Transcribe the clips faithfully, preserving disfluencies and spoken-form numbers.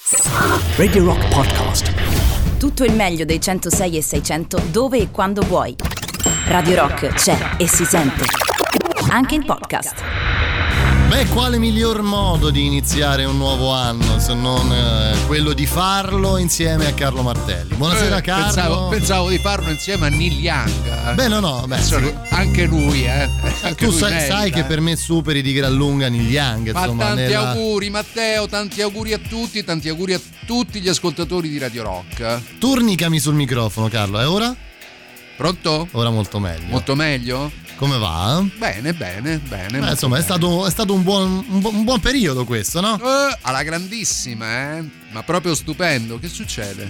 Radio Rock Podcast. Tutto il meglio dei centosei e seicento dove e quando vuoi. Radio Rock c'è e si sente anche in podcast. Beh, quale miglior modo di iniziare un nuovo anno se non eh, quello di farlo insieme a Carlo Martelli. Buonasera, eh, Carlo. Pensavo, pensavo di farlo insieme a Neil Young. Beh, no, no, beh, Insomma, sì. Anche lui, eh. Anche tu lui sai, merita, sai che eh. per me superi di gran lunga Neil Young. Ma insomma, tanti nella... auguri, Matteo, tanti auguri a tutti, tanti auguri a tutti gli ascoltatori di Radio Rock. Turnicami sul microfono, Carlo. E ora? Pronto? Ora molto meglio. Molto meglio? Come va? Bene, bene, bene. Beh, insomma, è stato, è stato un, buon, un, bu- un buon periodo questo, no? Eh, alla grandissima, eh? Ma proprio stupendo. Che succede?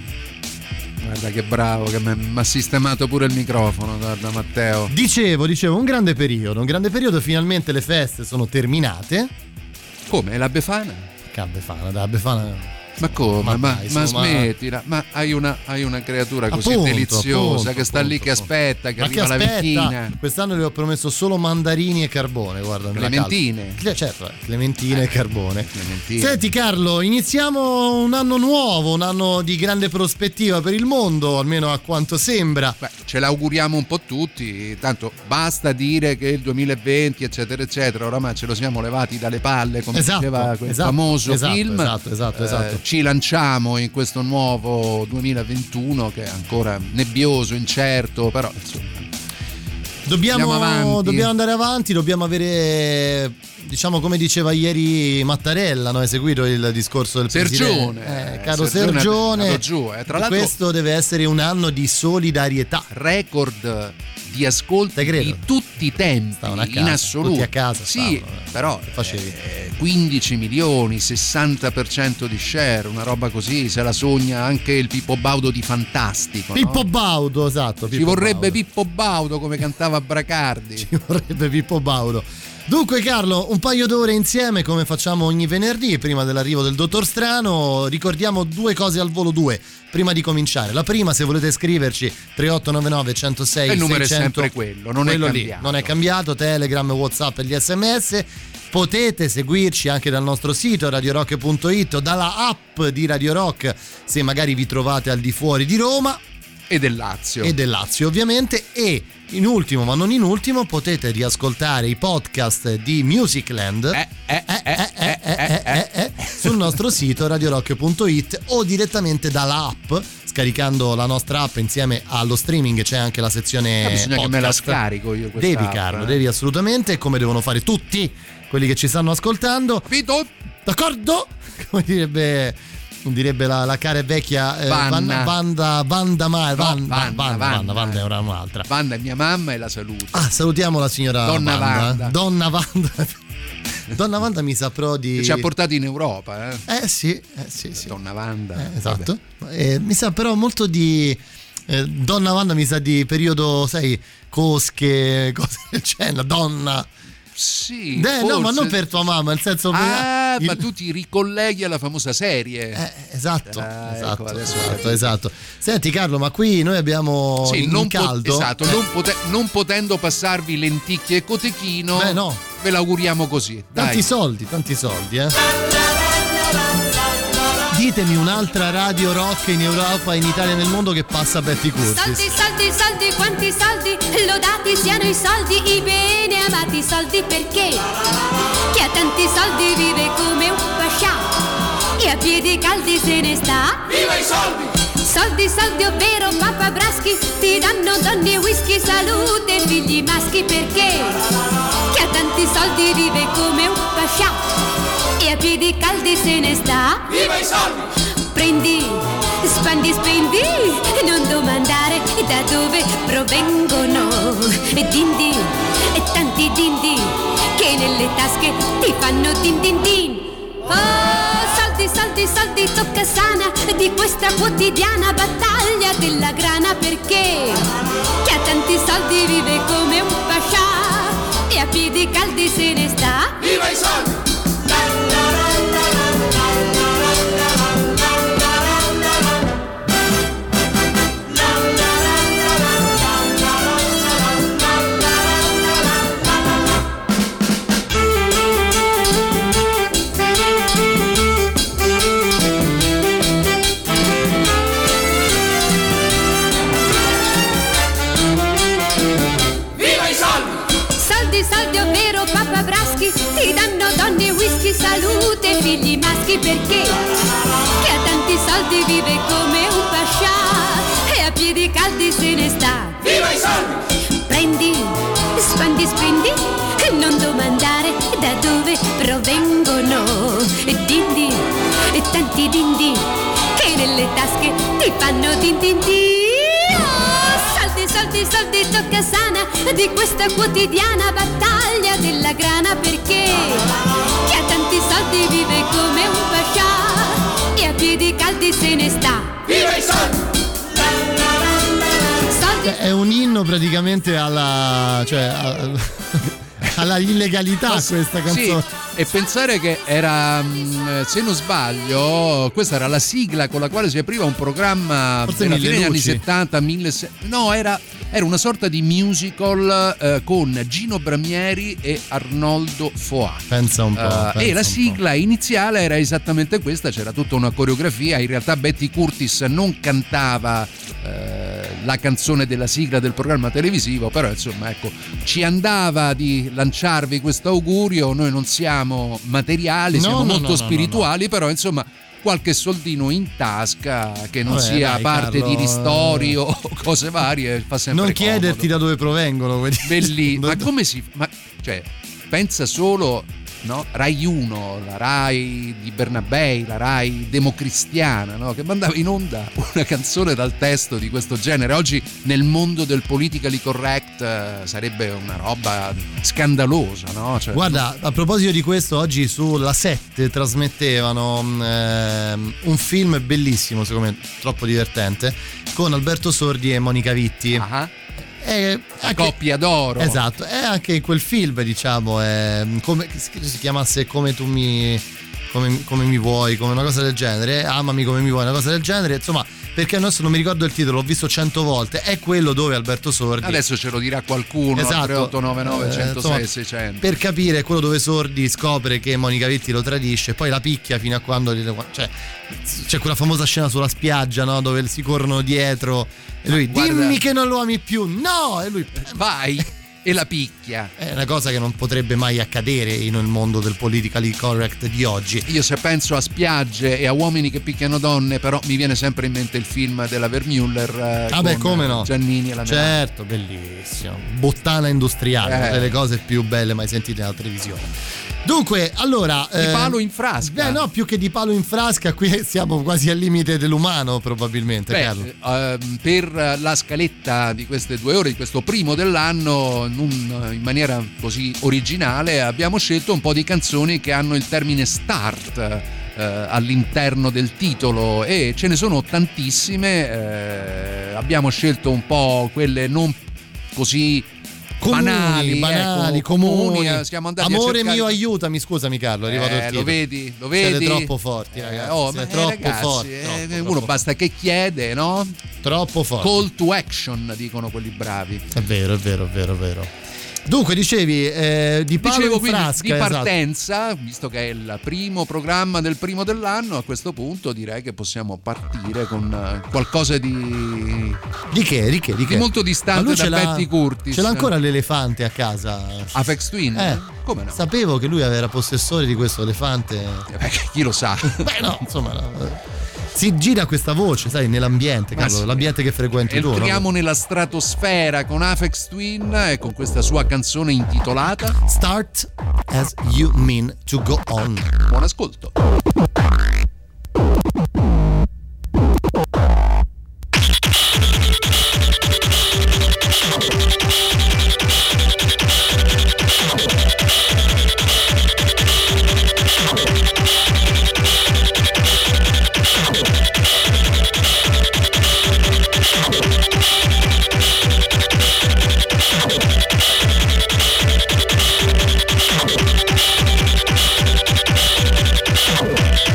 Guarda che bravo, che mi ha sistemato pure il microfono, guarda Matteo. Dicevo, dicevo, un grande periodo, un grande periodo, finalmente le feste sono terminate. Come? La Befana? Che Befana, da Befana... Ma come? Ma Ma, dai, ma insomma, smettila, ma hai una, hai una creatura così Appunto, deliziosa appunto, che sta appunto, lì che appunto. aspetta, che Ma arriva che la aspetta? ventina. Quest'anno le ho promesso solo mandarini e carbone, guarda. nella Clementine. calza. Certo, eh, clementine e carbone. Clementine. Senti Carlo, iniziamo un anno nuovo, un anno di grande prospettiva per il mondo, almeno a quanto sembra. Beh, ce l'auguriamo un po' tutti, tanto basta dire che il duemilaventi eccetera eccetera, oramai ce lo siamo levati dalle palle, come Esatto, diceva quel esatto, famoso esatto, film. esatto, esatto, Eh, esatto. ci lanciamo in questo nuovo duemilaventuno che è ancora nebbioso, incerto, però insomma Dobbiamo, andiamo avanti. dobbiamo andare avanti, dobbiamo avere, diciamo come diceva ieri Mattarella, no? Hai seguito il discorso del Sergione, presidente? Eh, caro Sergione è Sergione, andato giù, eh. Tra l'altro questo deve essere un anno di solidarietà. record di ascolti Te credo. di tutti i tempi Stavano a casa, in assoluto. tutti a casa sì, stavano, eh. però Facevi. eh, quindici milioni, sessanta per cento di share, una roba così, se la sogna anche il Pippo Baudo di Fantastico, Pippo no? Baudo, esatto. Ci Pippo vorrebbe Baudo. Pippo Baudo come cantava Bracardi. Ci vorrebbe Pippo Baudo. Dunque Carlo, un paio d'ore insieme come facciamo ogni venerdì prima dell'arrivo del Dottor Strano. Ricordiamo due cose al volo, due prima di cominciare. La prima, se volete scriverci, tre otto nove nove uno zero sei E il numero è seicento, sempre quello, non quello è lì, cambiato. non è cambiato, Telegram, WhatsApp e gli sms. Potete seguirci anche dal nostro sito radio rock punto it o dalla app di Radio Rock se magari vi trovate al di fuori di Roma E del Lazio. e del Lazio ovviamente. E in ultimo ma non in ultimo potete riascoltare i podcast di Musicland Eh, eh, eh, eh, eh, eh, eh, eh. sul nostro sito radio rock punto it o direttamente dalla app, scaricando la nostra app insieme allo streaming. C'è anche la sezione Ah, bisogna che me la podcast. scarico io questa Devi app, Carlo, eh. devi assolutamente, come devono fare tutti quelli che ci stanno ascoltando. Capito? D'accordo? Come direbbe, non direbbe la, la cara e vecchia eh, Vanna. Vanda Vanda Mai, No, Van- Vanna, Vanna, Vanna, Vanna. Vanna era un'altra. Vanda è mia mamma e la saluto. Ah, salutiamo la signora Donna Vanda. Vanda. Donna Vanda. Donna Vanda mi sa però di Che ci ha portato in Europa, eh? Eh sì, eh sì, sì. Donna Vanda. Eh, esatto. Eh, mi sa però molto di eh, Donna Vanda, mi sa di periodo, sai, cosche, cose del genere, donna. Sì, Eh, no, ma forse. non per tua mamma, nel senso Ah, il- ma tu ti ricolleghi alla famosa serie. Eh, esatto, Ah, esatto, ecco, adesso ho esatto, capito. esatto. Senti Carlo, ma qui noi abbiamo Sì, in non po- caldo. esatto, Eh, non, pote- non potendo passarvi lenticchie e cotechino, Beh, no. ve l'auguriamo così. tanti Dai. soldi, tanti soldi, eh. Ditemi un'altra radio rock in Europa, in Italia e nel mondo che passa Betty Curtis. Soldi, soldi, soldi, quanti soldi, lodati siano i soldi, i bene amati soldi, perché chi ha tanti soldi vive come un pascià e a piedi caldi se ne sta. Viva i soldi! Soldi, soldi, ovvero papabraschi, ti danno donne e whisky, salute e figli maschi, perché chi ha tanti soldi vive come un pascià e a piedi caldi se ne sta. Viva i soldi! Prendi, spandi, spendi, non domandare da dove provengono. E dindi, e tanti dindi, che nelle tasche ti fanno din din din. Oh, soldi, soldi, soldi, tocca sana di questa quotidiana battaglia della grana, perché chi ha tanti soldi vive come un pascià e a piedi caldi se ne sta. Viva i soldi! degli maschi perché chi ha tanti soldi vive come un pascià e a piedi caldi se ne sta. Viva i soldi! Prendi, spendi, spendi, non domandare da dove provengono. E dindi, e tanti dindi che nelle tasche ti fanno din din din. Oh, soldi, soldi, soldi, tocca sana di questa quotidiana battaglia della grana perché chi ha tanti soldi vive come un pascià e a piedi caldi se ne sta. Viva i soldi! Soldi. È un inno praticamente alla, cioè, a- alla illegalità questa canzone. Sì, e pensare che era, se non sbaglio, questa era la sigla con la quale si apriva un programma Forse della Mille fine degli anni Luci. settanta, mille, no, era, era una sorta di musical eh, con Gino Bramieri e Arnoldo Foà. Pensa un po'. Uh, pensa e la un sigla iniziale era esattamente questa, c'era tutta una coreografia. In realtà Betty Curtis non cantava eh, la canzone della sigla del programma televisivo, però insomma ecco, ci andava di lanciarvi questo augurio. Noi non siamo materiali, No, siamo no, molto no, no, spirituali, no, no. Però insomma qualche soldino in tasca che non Vabbè, sia dai, parte Carlo, di ristori o cose varie fa sempre Non comodo. chiederti da dove provengono. quelli- Bellissimo. Ma come si ma cioè pensa solo, no? Rai uno, la Rai di Bernabei, la Rai democristiana, no? Che mandava in onda una canzone dal testo di questo genere. Oggi nel mondo del politically correct eh, sarebbe una roba scandalosa, no? Cioè, Guarda, a proposito di questo, oggi sulla sette trasmettevano ehm, un film bellissimo, secondo me troppo divertente, con Alberto Sordi e Monica Vitti. ah, E la anche- coppia d'oro. Esatto, e anche in quel film, diciamo, è come si chiamasse Come tu mi come, come mi vuoi, come una cosa del genere, Amami come mi vuoi, una cosa del genere, insomma, perché adesso non mi ricordo il titolo, l'ho visto cento volte, è quello dove Alberto Sordi, Adesso ce lo dirà qualcuno. Esatto. tre otto nove nove Eh, uno zero sei insomma, seicento. per capire, è quello dove Sordi scopre che Monica Vitti lo tradisce, poi la picchia fino a quando gli- cioè, c'è quella famosa scena sulla spiaggia, no? Dove si corrono dietro e lui Guarda- dimmi che non lo ami più, no, e lui Vai e la picchia. è una cosa che non potrebbe mai accadere in un mondo del politically correct di oggi. Io se penso a spiagge e a uomini che picchiano donne, però mi viene sempre in mente il film della Vermüller eh, Vabbè, con come no? Giannini e la Melani. Certo, bellissimo. Bottana industriale, Eh. una delle cose più belle mai sentite nella televisione. Dunque, allora. Di palo in frasca. Beh, no, più che di palo in frasca, qui siamo quasi al limite dell'umano, probabilmente, Beh, Carlo. ehm, per la scaletta di queste due ore, di questo primo dell'anno, in, un- in maniera così originale, abbiamo scelto un po' di canzoni che hanno il termine start eh, all'interno del titolo, e ce ne sono tantissime. eh, abbiamo scelto un po' quelle non così Comuni, banali, banali, ecco, comuni. eh, siamo andati Amore a cercare... mio, aiutami, scusami Carlo, è arrivato il Eh, titolo. lo vedi, lo vedi. Siete troppo forti, ragazzi. Eh, oh, siete ma, troppo eh, ragazzi, forti. eh, troppo, uno troppo basta che chiede, no? forti. Troppo forti. Call to action, dicono quelli bravi. È vero, è vero, è vero, è vero. Dunque, dicevi, eh, di palo Dicevo in quindi frasca, di esatto. partenza, visto che è il primo programma del primo dell'anno, a questo punto direi che possiamo partire con eh, qualcosa di, Di che? Di che? Di, di che? molto Ma distante lui da ce l'ha- Betty Curtis. Ce l'ha ancora l'elefante a casa? Apex Twin? Eh, Come no? Sapevo che lui era possessore di questo elefante. Eh, chi lo sa? Beh, no, insomma, no. Si gira questa voce, sai, nell'ambiente, Ma Carlo, sì. l'ambiente che frequenti tu, Entriamo no? nella stratosfera con Apex Twin e con questa sua canzone intitolata Start as you mean to go on. Buon ascolto. Viva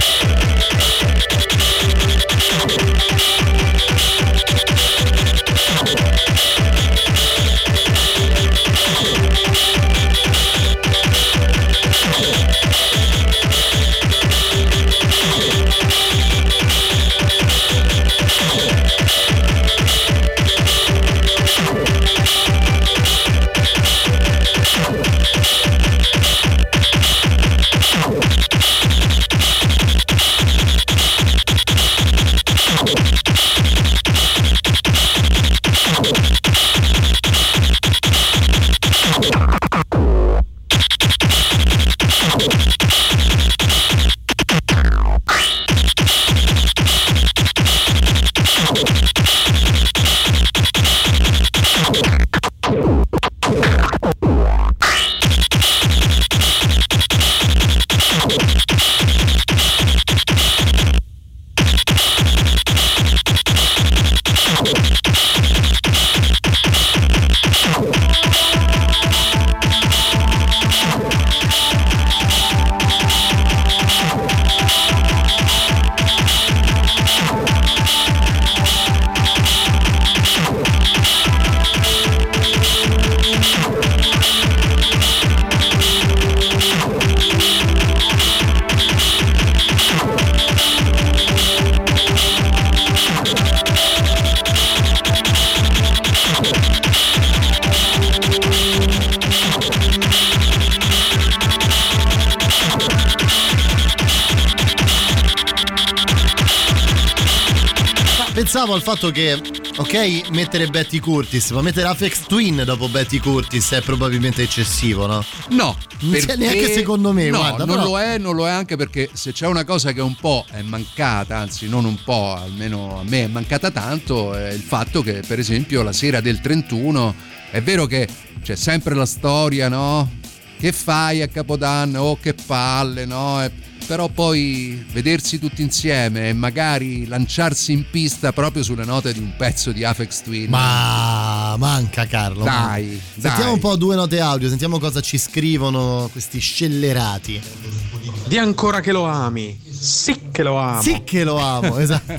pensavo al fatto che, ok, mettere Betty Curtis, ma mettere Aphex Twin dopo Betty Curtis è probabilmente eccessivo, no? No, non c'è neanche secondo me, no, guarda. non però... lo è, non lo è anche perché se c'è una cosa che un po' è mancata, anzi non un po', almeno a me è mancata tanto, è il fatto che per esempio la sera del trentuno è vero che c'è sempre la storia, no? Che fai a Capodanno? Oh, che palle, no? E però poi vedersi tutti insieme e magari lanciarsi in pista proprio sulle note di un pezzo di Aphex Twin. Ma manca, Carlo. Dai, manca. dai. Sentiamo un po' due note audio, sentiamo cosa ci scrivono questi scellerati. Di ancora che lo ami. Sì che lo amo. Sì che lo amo, esatto.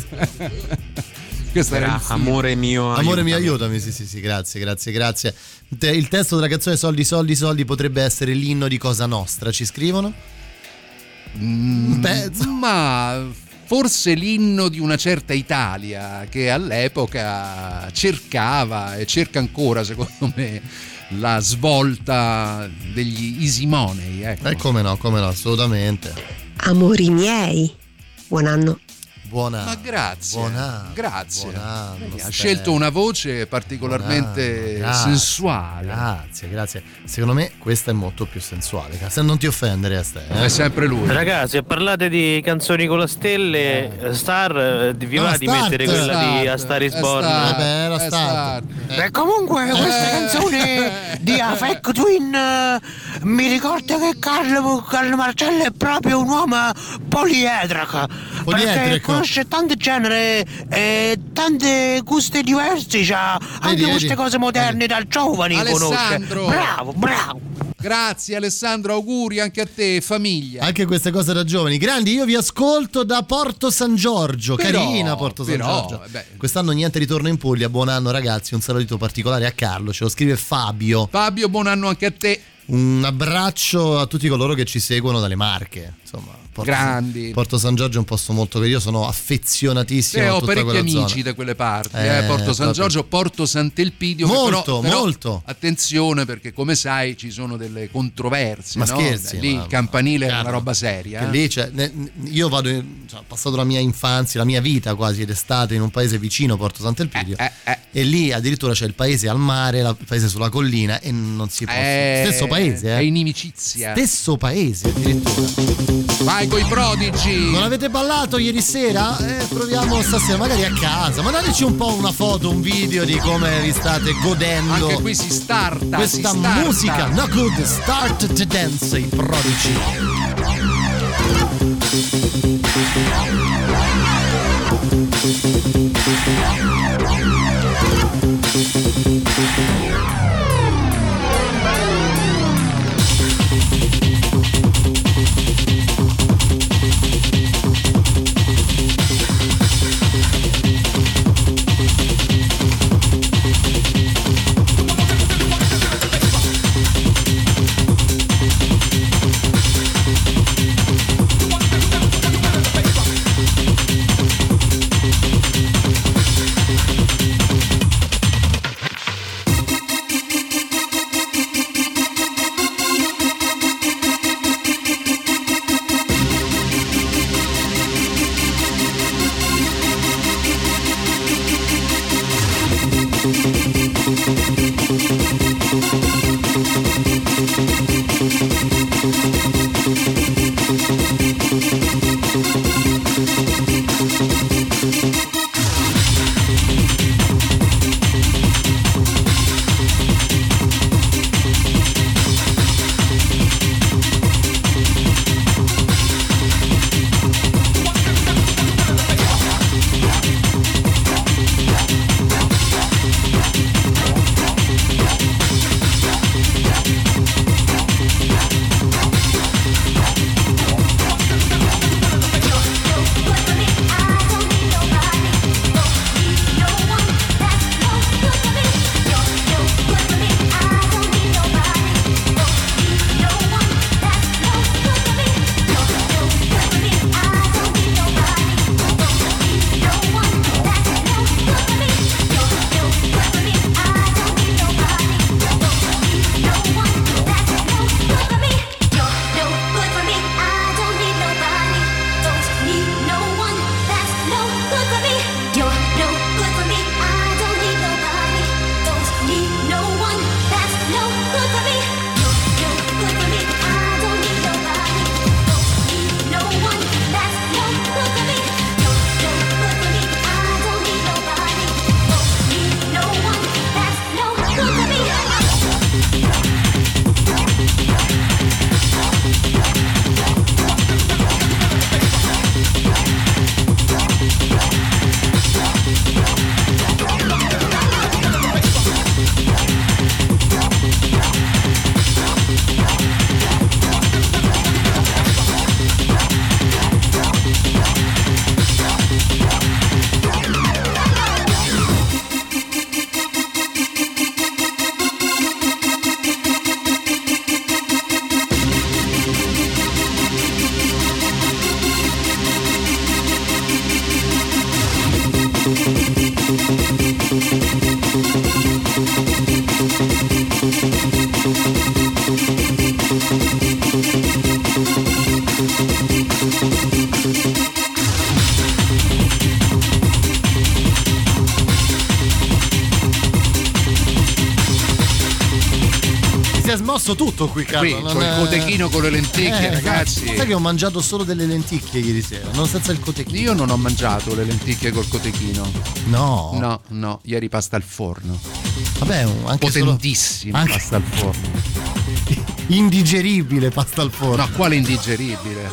Questo era il amore mio, amore aiutami. mio aiutami, sì sì sì, grazie grazie grazie. Il testo della canzone Soldi soldi soldi potrebbe essere l'inno di Cosa Nostra, ci scrivono? Mm, un pezzo. Ma forse l'inno di una certa Italia che all'epoca cercava e cerca ancora, secondo me, la svolta degli Easy Money, ecco. Eh come no, come no, assolutamente. Amori miei, buon anno. Buon anno. Ma grazie, buon anno, grazie. buon anno, Vedi, ha Stefano. scelto una voce particolarmente Buon anno, grazie, sensuale. Grazie, grazie. Secondo me questa è molto più sensuale. Se non ti offendere, a Ste, eh? È sempre lui. Ragazzi, parlate di canzoni con le stelle, Star, vi va No, di Start, mettere quella Start, di A Star is è Born? Start, Vabbè, era è Start. Start. E comunque questa Eh. canzone di Aphex Twin eh, mi ricorda che Carlo, Carlo Marcello è proprio un uomo poliedrico, perché Poliedrico. conosce tanti generi e tanti gusti diversi, c'ha anche vedi. queste cose moderne da giovani conosce. Alessandro. Bravo, bravo. Grazie Alessandro, auguri anche a te, famiglia. Anche queste cose da giovani. Grandi, io vi ascolto da Porto San Giorgio. Però, Carina Porto San però, Giorgio. beh. Quest'anno niente ritorno in Puglia. Buon anno ragazzi, un saluto particolare a Carlo. Ce lo scrive Fabio. Fabio, buon anno anche a te. Un abbraccio a tutti coloro che ci seguono dalle Marche. Insomma, Porto Grandi. San, Porto San Giorgio è un posto molto che io sono affezionatissimo Eh, a ho tutta parecchi quella amici zona. da quelle parti, Eh, eh, Porto San proprio. Giorgio, Porto Sant'Elpidio. che Molto, però, però, molto. Attenzione perché come sai ci sono delle controversie. Ma no? scherzi, Lì ma- il campanile è Carlo, una roba seria. Che eh. lì c'è, ne- io vado in- cioè, ho passato la mia infanzia, la mia vita quasi d'estate in un paese vicino Porto Sant'Elpidio Eh, eh, eh. e lì addirittura c'è il paese al mare, la- il paese sulla collina e non si può. Eh, stesso paese, È eh. inimicizia. Stesso paese addirittura. Vai coi prodigi. Non avete ballato ieri sera? Eh, proviamo stasera, magari a casa. Mandateci un po' una foto, un video di come vi state godendo. Anche qui si starta. Questa si starta. musica, no good, start to dance, i prodigi. You're no Si è smosso tutto qui, Carlo. Qui non c'ho è... il cotechino con le lenticchie, Eh, ragazzi. Sai che ho mangiato solo delle lenticchie ieri sera, non senza il cotechino. Io non ho mangiato le lenticchie col cotechino. No. No, no, ieri pasta al forno. Vabbè, anche potentissima solo... pasta al forno. Indigeribile pasta al forno. No, quale indigeribile?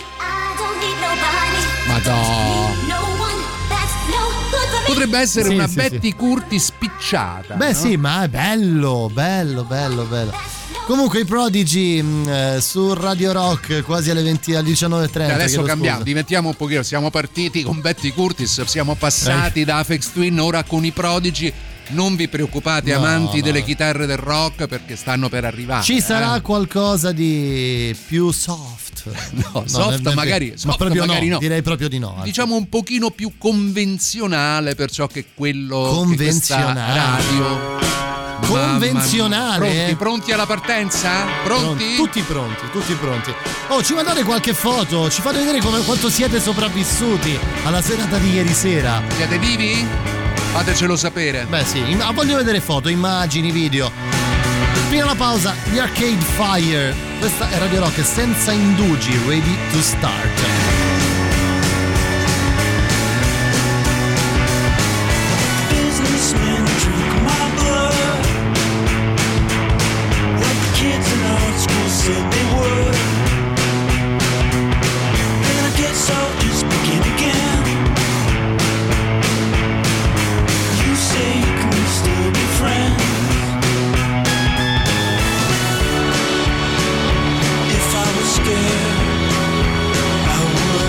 Madò. Potrebbe essere Sì, una sì, Betty sì. Curti spicciata. Beh, no? sì, ma è bello, bello, bello, bello. Comunque i Prodigy mh, eh, su Radio Rock quasi alle venti, alle diciannove e trenta. Adesso chiedo cambiamo, scusa. diventiamo un pochino. Siamo partiti con Betty Curtis, siamo passati Eh. da Aphex Twin, ora con i Prodigy. Non vi preoccupate, No, amanti no. delle chitarre del rock, perché stanno per arrivare. Ci sarà eh. qualcosa di più soft. No, soft nel- magari, ma soft proprio magari no. Direi proprio di no. anzi. Diciamo un pochino più convenzionale per ciò che è quello Convenzionale. che questa radio. Convenzionale. Mamma mia. Pronti, pronti alla partenza? Pronti? Tutti pronti, tutti pronti. Oh, ci mandate qualche foto, ci fate vedere come, quanto siete sopravvissuti alla serata di ieri sera. Siete vivi? Fatecelo sapere. Beh sì, im- voglio vedere foto, immagini, video. Prima la pausa, gli Arcade Fire. Questa è Radio Rock senza indugi, ready to start. Businessmen drink my blood. What the kids in art school said they would. And I guess I'll just begin again. You say, can we still be friends? If I was scared, I would.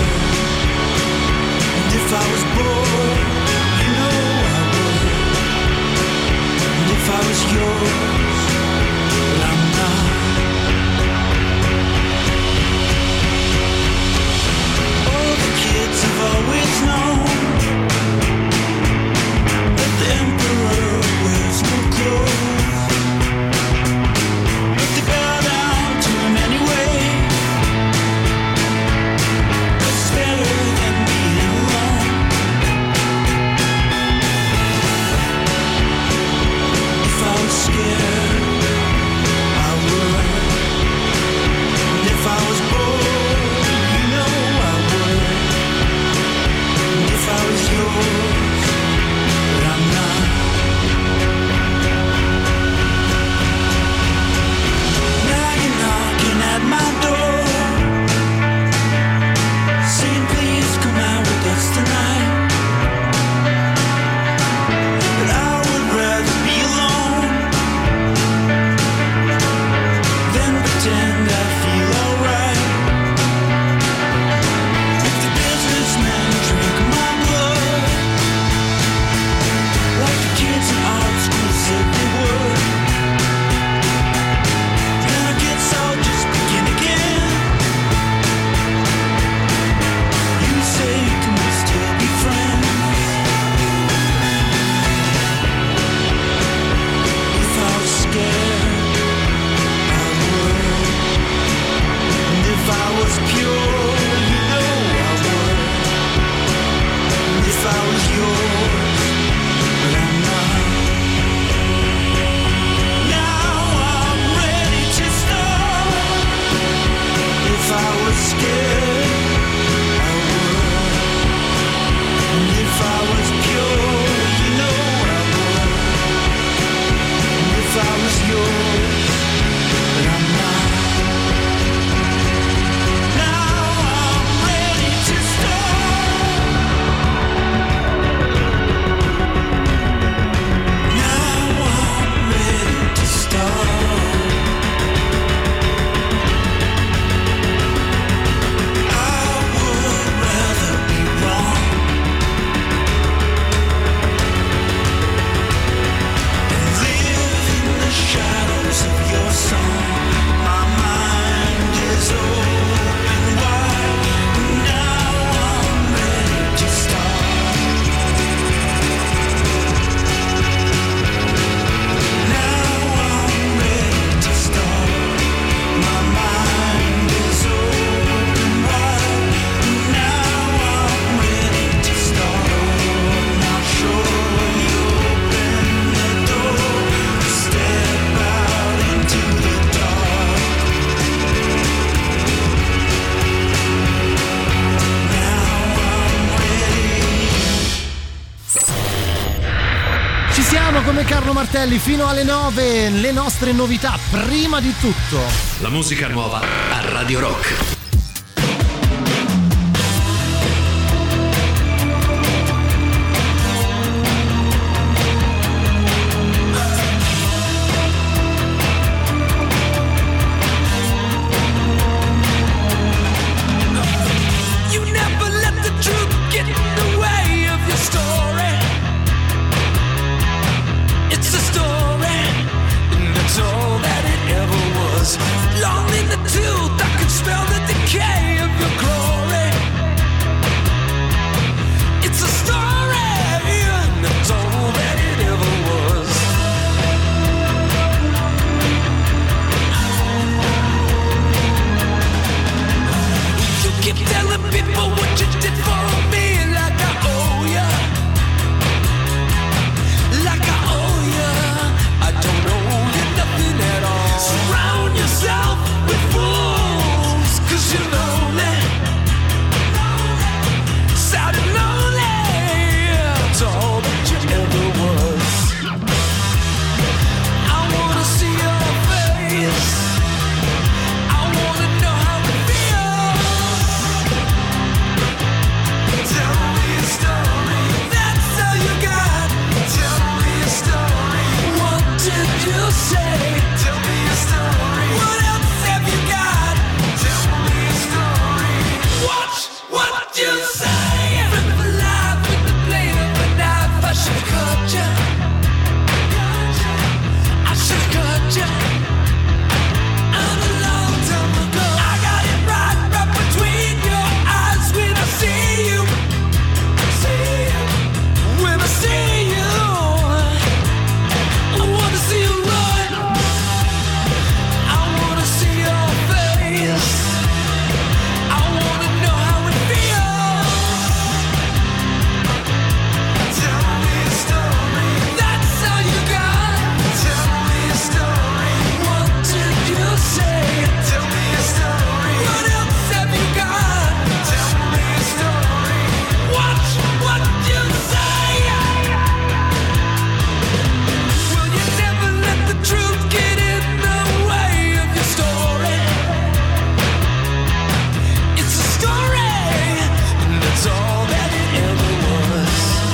Ci siamo come Carlo Martelli fino alle nove, le nostre novità prima di tutto. La musica nuova a Radio Rock. Long in the tooth, I can smell the decay of your glory. It's a story, and it's all that it ever was. You keep telling people what you did for me, like I owe ya, like I owe ya. I don't owe you nothing at all. Surround yourself with fools, cause you're lonely, sad and lonely. That's all that you ever was. I wanna see your face, I wanna know how it feels. Tell me a story, that's all you got. Tell me a story, what did you say? Tell me a story, what else have you got? Tell me a story, watch what you say. Rip alive with the blade of a knife, I should've cut ya, I should've cut ya, I'm a long time ago. I got it right, right between your eyes when I see you, see you, when I see you. I wanna see you run, I wanna see your face, I wanna know how it feels. Tell me a story, that's all you got. Tell me a story, what did you say? Tell me a story, what else have you got? Tell me a story, watch what you say. Will you never let the truth get in the way of your story? It's a story, and that's all that it ever was.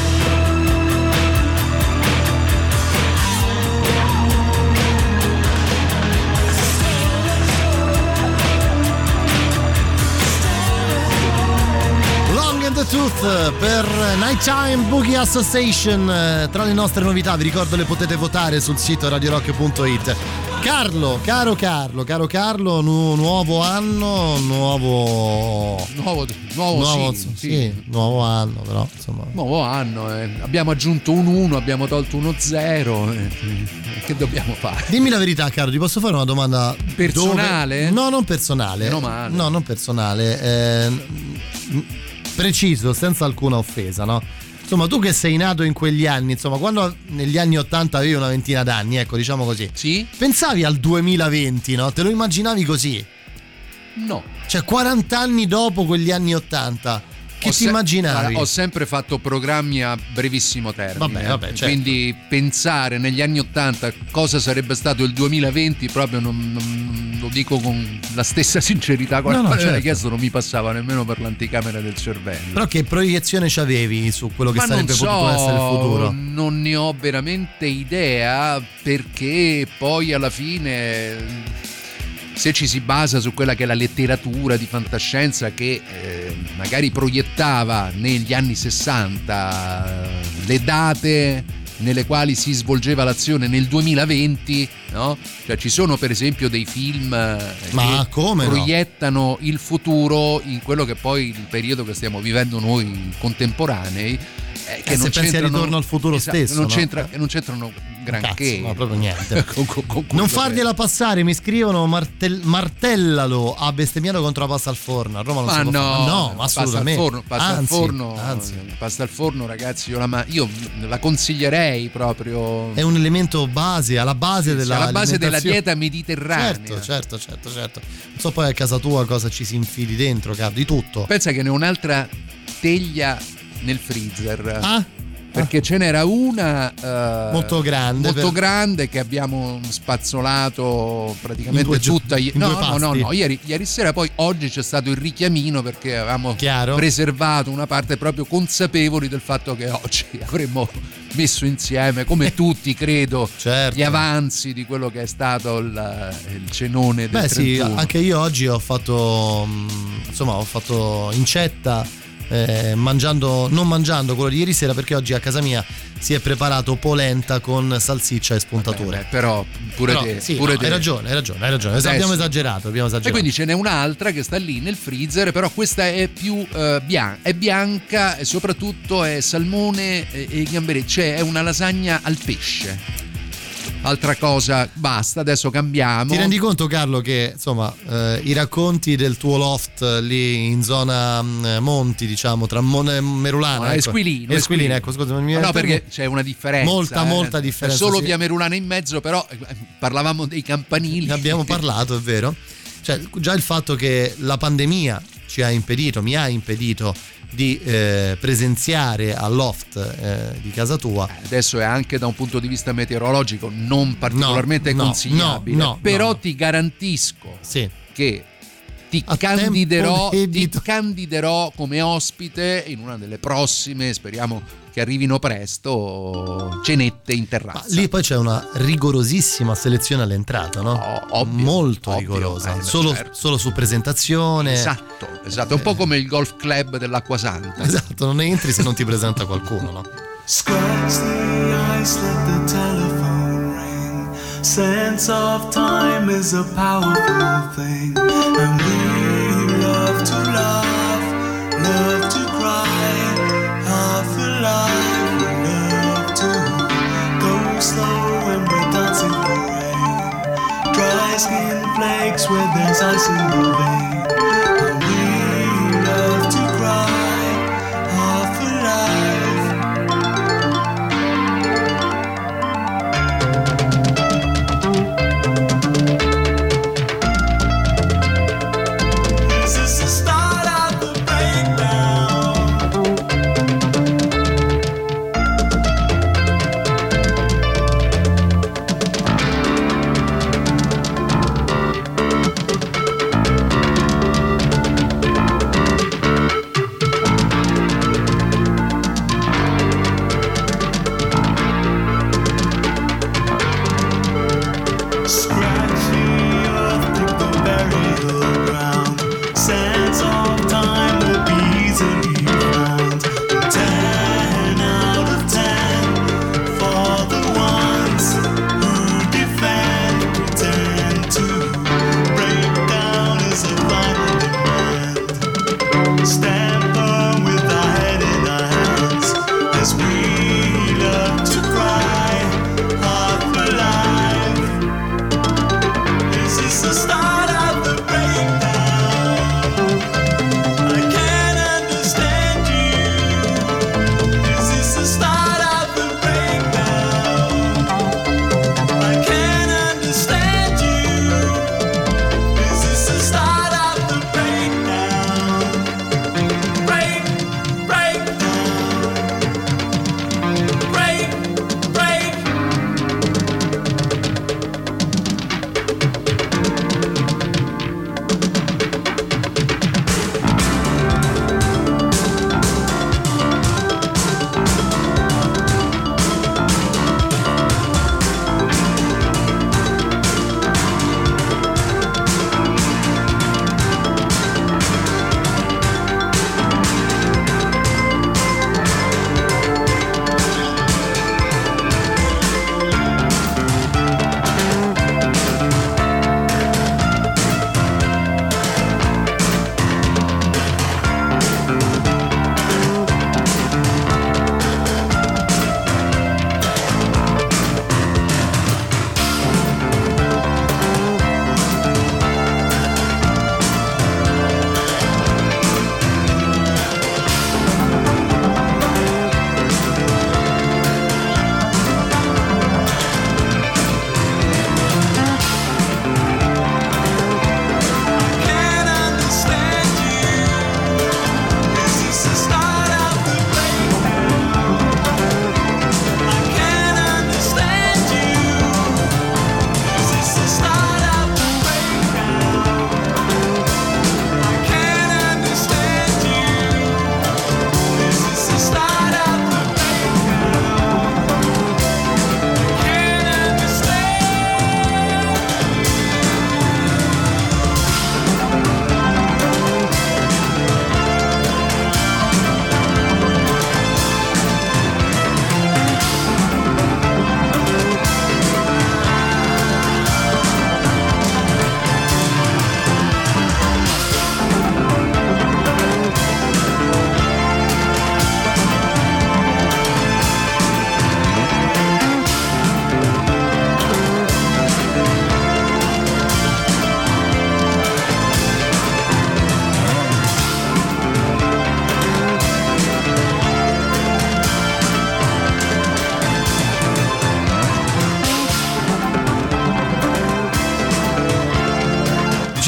Long in the Tooth per Nighttime Boogie Association. Eh, Tra le nostre novità vi ricordo le potete votare sul sito radio rock punto it. Carlo, caro Carlo, caro Carlo, nu- nuovo anno, nuovo Nuovo, nuovo, nuovo, sì, sì, sì. nuovo anno, però insomma. Nuovo anno, eh. Abbiamo aggiunto un uno, abbiamo tolto uno zero. Eh. Che dobbiamo fare? Dimmi la verità, caro, ti posso fare una domanda Personale? dove- No, non personale. Meno male. No, non personale. eh, m- preciso, senza alcuna offesa, no? Insomma, tu che sei nato in quegli anni, insomma, quando negli anni ottanta avevi una ventina d'anni, ecco, diciamo così. Sì? Pensavi al duemilaventi, no? Te lo immaginavi così? No. Cioè, quaranta anni dopo quegli anni ottanta, che Ho ti se- immaginavi? Guarda, ho sempre fatto programmi a brevissimo termine. Vabbè, vabbè, certo. Quindi pensare negli anni ottanta cosa sarebbe stato il duemilaventi proprio non, non- lo dico con la stessa sincerità quando No, no, me l'hai certo. chiesto, non mi passava nemmeno per l'anticamera del cervello. Però che proiezione c'avevi su quello che Ma non sarebbe so, potuto essere il futuro? non ne ho veramente idea, perché poi alla fine, se ci si basa su quella che è la letteratura di fantascienza che eh, magari proiettava negli anni sessanta eh, le date nelle quali si svolgeva l'azione nel duemilaventi, no? Cioè ci sono per esempio dei film eh, Ma che come no? proiettano il futuro in quello che poi il periodo che stiamo vivendo noi contemporanei, eh, che Eh, non se pensi a c'entrano- Ritorno al futuro esatto, stesso, non, no? c'entra, non c'entrano granché. Cazzo, no, proprio niente. Con- con- con Non quello fargliela passare, mi scrivono martel- martellalo, ha bestemmiato contro la pasta al forno. A Roma non Ma si può no, fare. No, ma pasta al assolutamente. forno, pasta al Anzi, forno, anzi. pasta al forno, ragazzi, io la, ma- io la consiglierei proprio. È un elemento base, alla base della alla base della alimentazione. dieta mediterranea. Certo, certo, certo, certo. Non so poi a casa tua cosa ci si infili dentro, capo, di tutto. Pensa che ne ho un'altra teglia nel freezer. Ah? perché ce n'era una uh, molto grande molto per... grande che abbiamo spazzolato praticamente due, tutta in no, due no no pasti. no ieri, ieri sera. Poi oggi c'è stato il richiamino perché avevamo Chiaro. preservato una parte, proprio consapevoli del fatto che oggi avremmo messo insieme, come tutti credo, certo. gli avanzi di quello che è stato il, il cenone del Beh trentuno. sì, anche io oggi ho fatto insomma ho fatto incetta eh, mangiando, non mangiando quello di ieri sera, perché oggi a casa mia si è preparato polenta con salsiccia e spuntature. Vabbè, però pure però, te, sì, pure no, te. hai ragione, hai ragione, hai ragione. Adesso. Abbiamo esagerato, abbiamo esagerato. E quindi ce n'è un'altra che sta lì nel freezer, però questa è più eh, bianca, è bianca e soprattutto è salmone e, e gamberetti, cioè è una lasagna al pesce. Altra cosa, basta, adesso cambiamo. Ti rendi conto, Carlo, che insomma eh, i racconti del tuo loft eh, lì in zona mh, Monti, diciamo, tra Mon- Merulana No, ecco. Esquilino, Esquilino, ecco, scusa, non mi no, viene no, il termine. perché c'è una differenza. Molta, eh. molta differenza. È solo sì. via Merulana in mezzo, però eh, parlavamo dei campanili. Ne abbiamo parlato, è vero. Cioè, già il fatto che la pandemia ci ha impedito, mi ha impedito di eh, presenziare al loft eh, di casa tua. Adesso è anche da un punto di vista meteorologico non particolarmente no, consigliabile, no, no, però no, no. ti garantisco sì. che ti A candiderò, tempo ti debito. candiderò come ospite in una delle prossime, speriamo che arrivino presto, cenette in terrazza. Ma lì poi c'è una rigorosissima selezione all'entrata, no? Oh, ovvio, molto ovvio, rigorosa, eh, solo, certo. solo su presentazione. Esatto, esatto, è un po' come il golf club dell'Acquasanta. Esatto, non entri se non ti presenta qualcuno, no? Scratch the ice, let the telephone ring. Sense of time is a powerful thing. And we love to laugh, love to cry. Half alive, we love to go slow when we're dancing for rain. Dry skin flakes where there's ice in the vein. And we love to cry, half alive.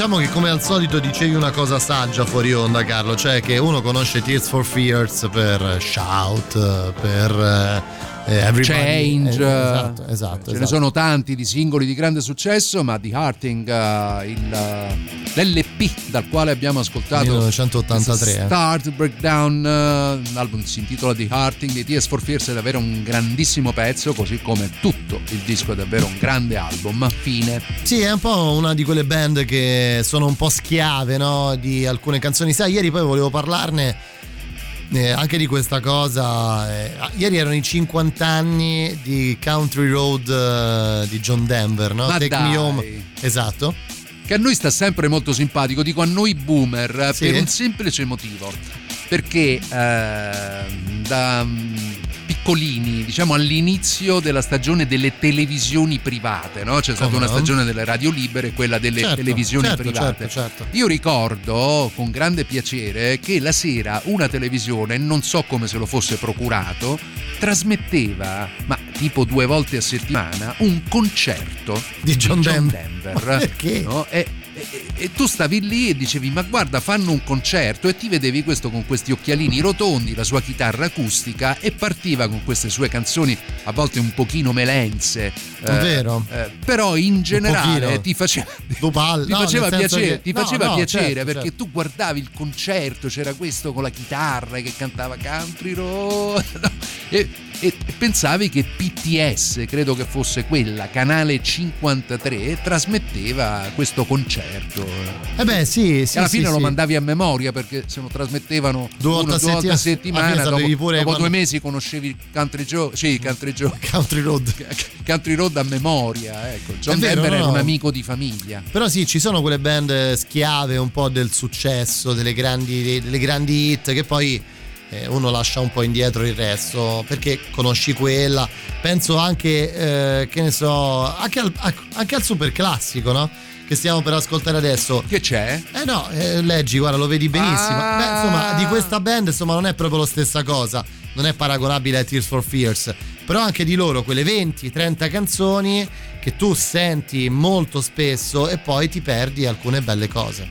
Diciamo che come al solito dicevi una cosa saggia fuori onda, Carlo, cioè che uno conosce Tears for Fears per Shout, per eh, Everybody, Change, eh, esatto, esatto, ce esatto. ne sono tanti di singoli di grande successo, ma The Hearting, uh, il, l'L P dal quale abbiamo ascoltato millenovecentottantatré Start Breakdown, uh, l'album si intitola The Hearting di Tears for Fears, è davvero un grandissimo pezzo, così come tutto il disco è davvero un grande album. Fine. Sì, è un po' una di quelle band che sono un po' schiave, no? Di alcune canzoni. Sai, ieri poi volevo parlarne Eh, anche di questa cosa. Eh, ieri erano i cinquanta anni di Country Road eh, di John Denver, no? Ma Take dai. Me Home. Esatto. Che a noi sta sempre molto simpatico, dico a noi boomer, Sì. per un semplice motivo, perché eh, da piccolini, diciamo all'inizio della stagione delle televisioni private, no? C'è stata Come una no? stagione delle radio libere e quella delle Certo, televisioni certo, private. certo, certo. Io ricordo con grande piacere che la sera una televisione, non so come se lo fosse procurato, trasmetteva, ma tipo due volte a settimana, un concerto Di John Denver. Denver, Ma perché? no? E, e, e tu stavi lì e dicevi: ma guarda, fanno un concerto, e ti vedevi questo con questi occhialini rotondi, la sua chitarra acustica, e partiva con queste sue canzoni a volte un pochino melenze, È vero. eh, però in generale pochino. ti faceva, Tu parli- ti no, faceva nel senso piacere, che- ti no, faceva no, piacere certo, perché certo. tu guardavi il concerto, c'era questo con la chitarra che cantava Country Road e, e pensavi che P T S, credo che fosse quella, canale cinquantatré, trasmetteva questo concerto. Eh beh, sì, sì. E alla sì, fine lo sì. mandavi a memoria, perché se lo trasmettevano Due uno, volte a due volte a settimana, alla settimana, fine dopo, sapevi pure dopo quando- due mesi conoscevi Country Joe, sì, Country Joe, Country Road. Country Road a memoria, ecco. John È vero, Denver no, era no. un amico di famiglia. Però sì, ci sono quelle band schiave un po' del successo, delle grandi, delle grandi hit, che poi eh, uno lascia un po' indietro il resto perché conosci quella. Penso anche, eh, che ne so, anche al, anche al super classico, no? Che stiamo per ascoltare adesso. Che c'è? Eh no, eh, leggi, guarda, lo vedi benissimo. Ah. Beh, insomma, di questa band, insomma, non è proprio la stessa cosa. Non è paragonabile a Tears for Fears. Però anche di loro, quelle venti trenta canzoni che tu senti molto spesso e poi ti perdi alcune belle cose.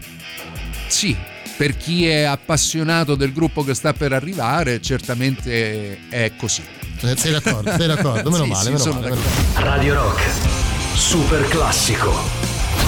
Sì, per chi è appassionato del gruppo che sta per arrivare, certamente è così. Eh, Sei d'accordo? Sei d'accordo? Meno Sì, male, sì, meno sono male, meno d'accordo. male. Radio Rock, super classico.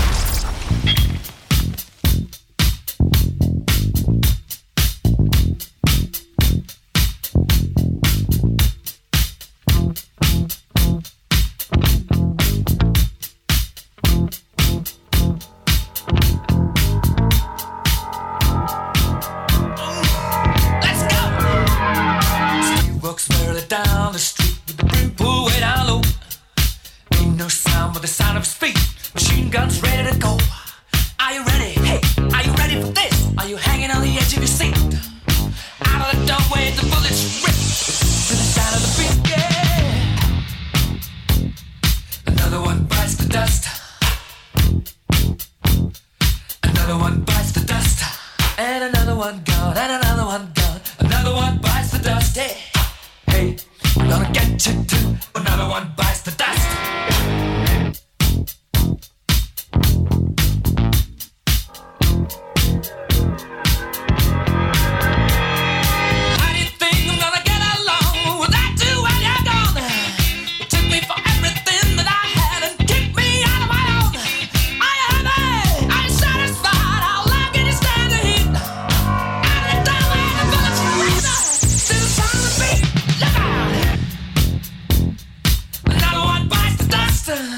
Let's go! Steve walks merrily down the street with the brim pulled way down low. Ain't no sound but the sound of his feet. Machine guns ready to go. Are you ready? Hey, are you ready for this? Are you hanging on the edge of your seat? Out of the doorway, the bullets rip to the sound of the beat. Yeah. Another one bites the dust. Another one bites the dust. And another one gone, and another one gone. Another one bites the dust. Hey, hey, I'm gonna get you too. Another one bites the dust. How do you think I'm gonna get along without you when you're gone? You took me for everything that I had and kicked me out of my own. Are you happy? Are you satisfied? How long can you stand the heat? Out of the doorway, the bullets rain to the sound of the beat. Look out! Another one bites the dust.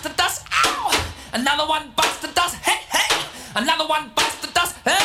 bites the dust. Ow! Another one bites the dust. Hey, hey! Another one bites the dust. Hey!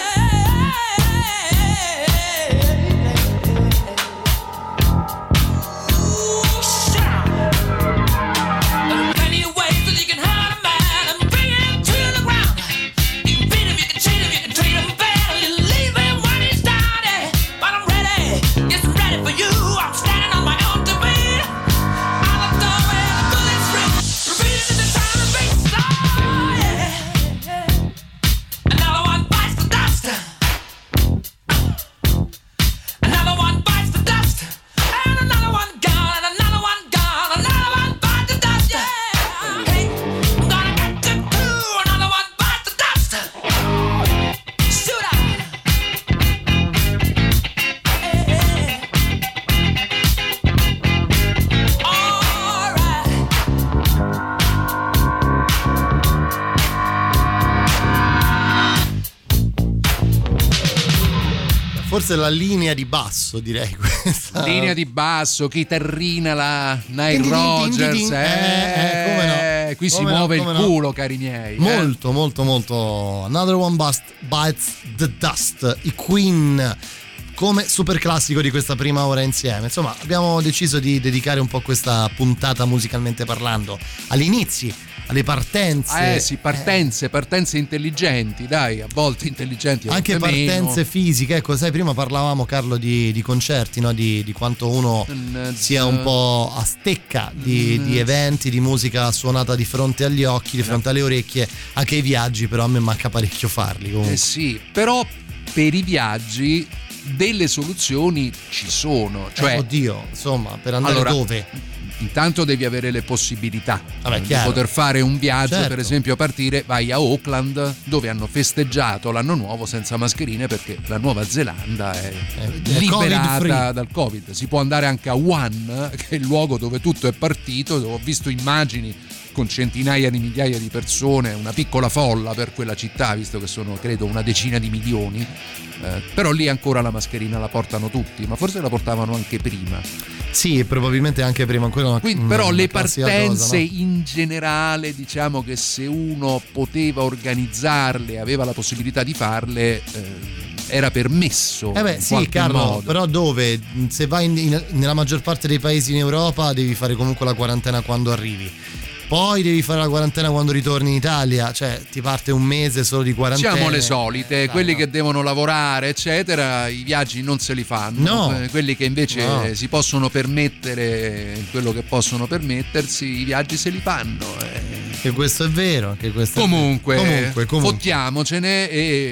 Forse la linea di basso, direi questa. Linea di basso, chitarrina la Nile Rodgers. Eh, eh, come no. Qui si come muove no, il no. culo, cari miei. Molto, eh. molto, molto. Another One Bust Bites the Dust. I Queen come super classico di questa prima ora insieme. Insomma, abbiamo deciso di dedicare un po' questa puntata musicalmente parlando agli inizi, alle partenze. Eh sì, partenze, eh. partenze intelligenti, dai, a volte intelligenti. A Anche volte partenze meno. fisiche, ecco, sai, prima parlavamo, Carlo, di, di concerti, no? di, di quanto uno sia un po' a stecca di, di eventi, di musica suonata di fronte agli occhi, di fronte alle orecchie. Anche i viaggi, però a me manca parecchio farli comunque. Eh sì, però per i viaggi delle soluzioni ci sono, cioè eh, oddio, insomma, per andare allora, dove? Intanto devi avere le possibilità Vabbè, di chiaro. poter fare un viaggio, certo. per esempio partire, vai a Auckland dove hanno festeggiato l'anno nuovo senza mascherine perché la Nuova Zelanda è è liberata COVID-free. dal Covid. Si può andare anche a Wuhan, che è il luogo dove tutto è partito, dove ho visto immagini con centinaia di migliaia di persone, una piccola folla per quella città, visto che sono credo una decina di milioni, eh, però lì ancora la mascherina la portano tutti, ma forse la portavano anche prima. Sì, probabilmente anche prima. Una, Quindi, una, però una le classica partenze cosa, no? in generale, diciamo che se uno poteva organizzarle, aveva la possibilità di farle, eh, era permesso. Eh beh, in sì, qualche Carlo, modo. però dove? Se vai in, in, nella maggior parte dei paesi in Europa devi fare comunque la quarantena quando arrivi. Poi devi fare la quarantena quando ritorni in Italia, cioè ti parte un mese solo di quarantena. Diciamo le solite, eh, quelli no. che devono lavorare, eccetera, i viaggi non se li fanno. No. Eh, Quelli che invece No. si possono permettere quello che possono permettersi, i viaggi se li fanno. eh. Che questo è vero, che questo Comunque, è vero. comunque, comunque. fottiamocene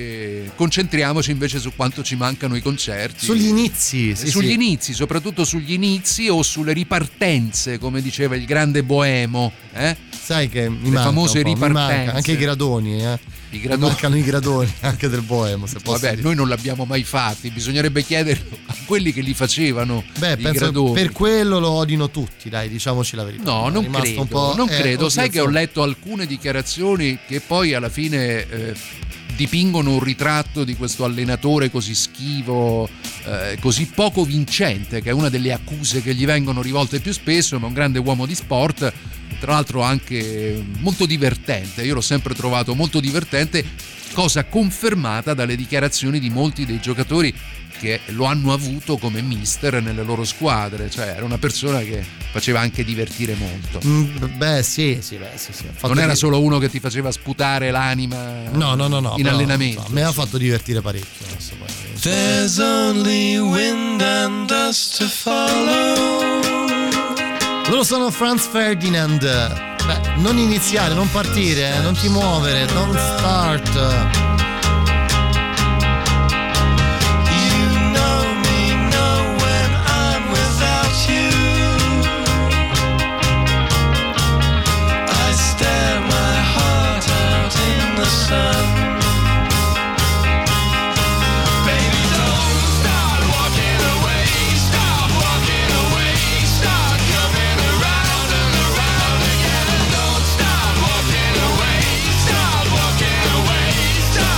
e concentriamoci invece su quanto ci mancano i concerti. Sugli inizi, sì, sugli sì. inizi, soprattutto sugli inizi o sulle ripartenze, come diceva il grande Boemo, eh? Sai che mi Le manca famose un po', mi ripartenze. manca. Anche i gradoni, eh. I gradoni. Mi mancano i gradoni anche del Boemo, se posso Vabbè, dire. noi non l'abbiamo mai fatti, bisognerebbe chiederlo a quelli che li facevano. Beh, i penso gradoni. per quello lo odino tutti, dai, diciamoci la verità. No, È non rimasto credo, un po', non eh, credo. oddio, Sai che ho insomma. letto alcune dichiarazioni che poi alla fine eh, dipingono un ritratto di questo allenatore così schivo, eh, così poco vincente, che è una delle accuse che gli vengono rivolte più spesso, ma un grande uomo di sport, tra l'altro anche molto divertente. Io l'ho sempre trovato molto divertente, cosa confermata dalle dichiarazioni di molti dei giocatori che lo hanno avuto come mister nelle loro squadre, cioè era una persona che faceva anche divertire molto. Mm, beh, sì, sì, beh, sì, sì. Ha fatto Non era di- solo uno che ti faceva sputare l'anima No, no, no, no. in però, allenamento. insomma, mi ha fatto divertire parecchio. Adesso poi. There's only wind and dust to follow. Loro sono Franz Ferdinand. Beh, non iniziare, non partire, eh, non ti muovere, don't start. You know me, know when I'm without you. I stare my heart out in the sun. Baby, don't start walking away. Stop walking away. Start coming around and around again. Don't start walking away. Start walking away. Start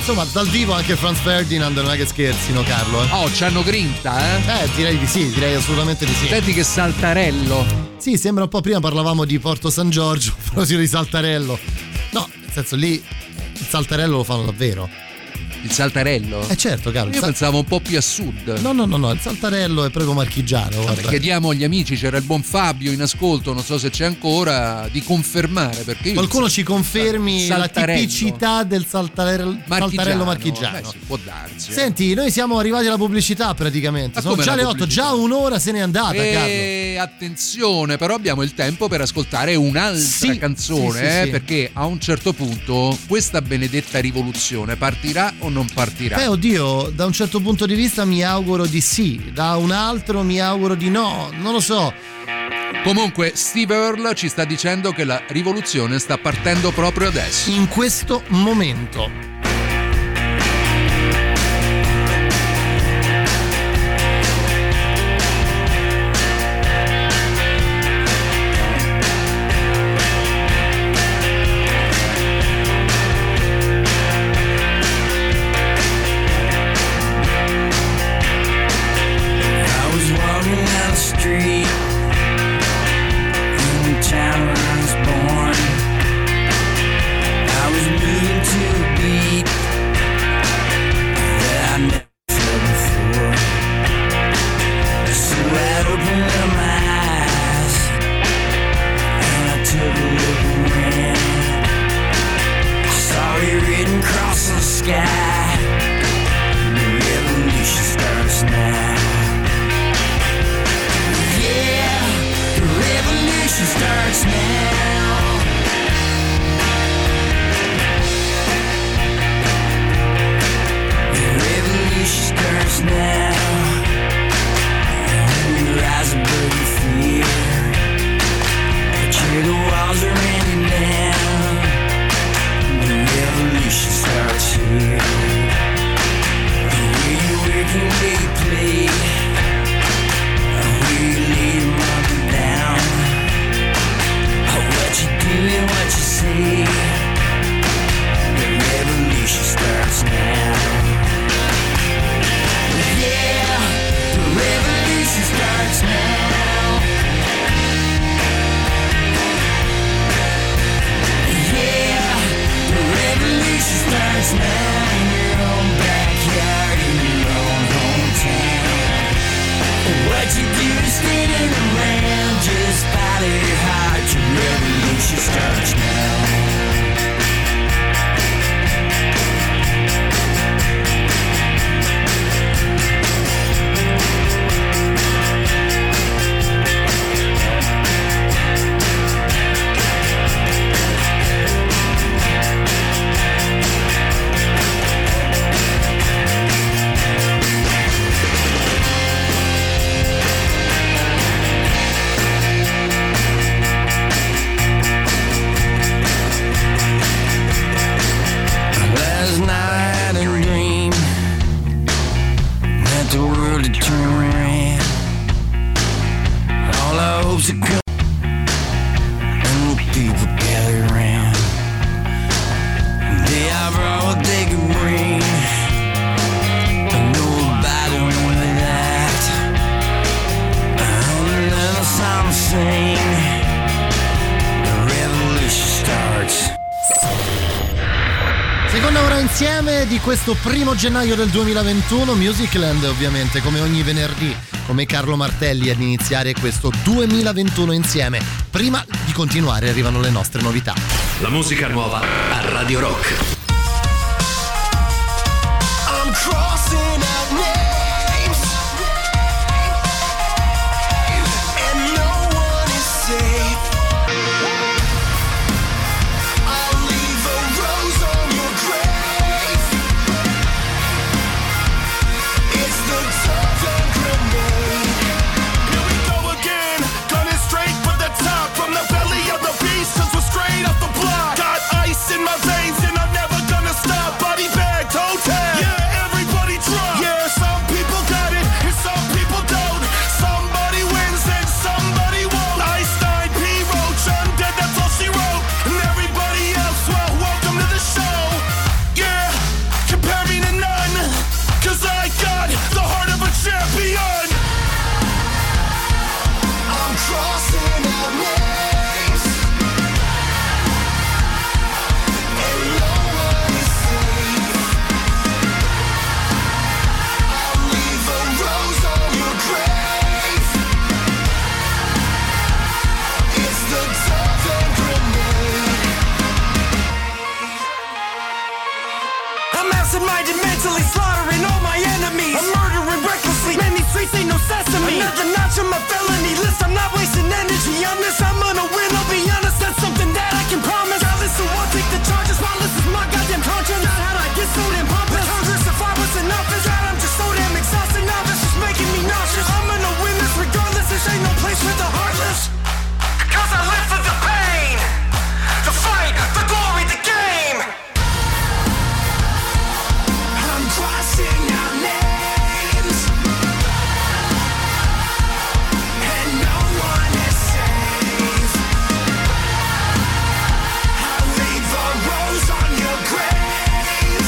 insomma dal vivo anche Franz Ferdinand non è che scherzino, Carlo. Eh? Oh, c'hanno grinta, eh? Eh, direi di sì, direi assolutamente di sì. Senti che saltarello. Sì, sembra un po', prima parlavamo di Porto San Giorgio, a proposito di saltarello. No, nel senso lì il saltarello lo fanno davvero. Il saltarello? Eh certo, Carlo. Io sal- pensavo un po' più a sud. No, no, no, no, il saltarello è proprio marchigiano. Vabbè, chiediamo agli amici, c'era il buon Fabio in ascolto, non so se c'è ancora, di confermare, perché io qualcuno ci confermi la saltarello. tipicità del saltarello marchigiano. Saltarello marchigiano. Beh, sì, può darsi. Senti, noi siamo arrivati alla pubblicità praticamente. Ma Sono come già la le otto, pubblicità? già un'ora se n'è andata, E Carlo. attenzione, però abbiamo il tempo per ascoltare un'altra Sì, canzone, sì, sì, eh, sì. perché a un certo punto questa benedetta rivoluzione partirà o non partirà? Beh, oddio, da un certo punto di vista mi auguro di sì, da un altro mi auguro di no, non lo so. Comunque Steve Earle ci sta dicendo che la rivoluzione sta partendo proprio adesso. In questo momento. I was walking down the street in the town where I was born. I was moving to a beat that I never felt before. So I opened up my eyes and I took a look around. I saw it written across the sky. The revolution starts now. Yeah, the revolution starts now. The revolution starts now. When you rise above your fear, but here the walls are raining down. The revolution starts here. The way you work and the way you play, we lay them up and down. Oh, what you do and what you say, the revolution starts now. Yeah, the revolution starts now. Yeah, the revolution starts now. In your own backyard, in your own hometown. What you do is standing around, just follow your heart. Your revolution starts now. Last night I had a dream that the world had turned around. All our hopes had come and the people gathered around. They offer all what they could bring, but nobody wanted that. And then I saw them sing. The revolution starts. Seconda ora insieme di questo primo gennaio del duemilaventuno, Musicland ovviamente come ogni venerdì, come Carlo Martelli ad iniziare questo duemilaventuno insieme. Prima di continuare arrivano le nostre novità. La musica nuova a Radio Rock. I'm crossing out names, and no one is safe. I'll leave a rose on your grave. It's the Tarzan grenade. Here we go again, gunning straight for the top, from the belly of the beast, 'cause we're straight off the block. Got ice in my veins and I'm never gonna stop. Body bag, toe tag. Yeah, everybody drop. Yeah, some people blinded, mentally slaughtering all my enemies. I'm murdering recklessly, man, these streets ain't no sesame. Another notch on my felony list, I'm not wasting energy on this. I'm gonna win, I'll be honest, that's something that I can promise. Now listen, won't take the charges while this is my goddamn conscience. Not how'd I get so damn pompous? Congress, if I was in office, God, I'm just so damn exhausted now, this is making me nauseous. I'm gonna win this regardless, this ain't no place for the heartless. Cause I live for the pain, the fight, the glory, the game. I'm crossing our names, and no one is safe. I'll leave a rose on your grave.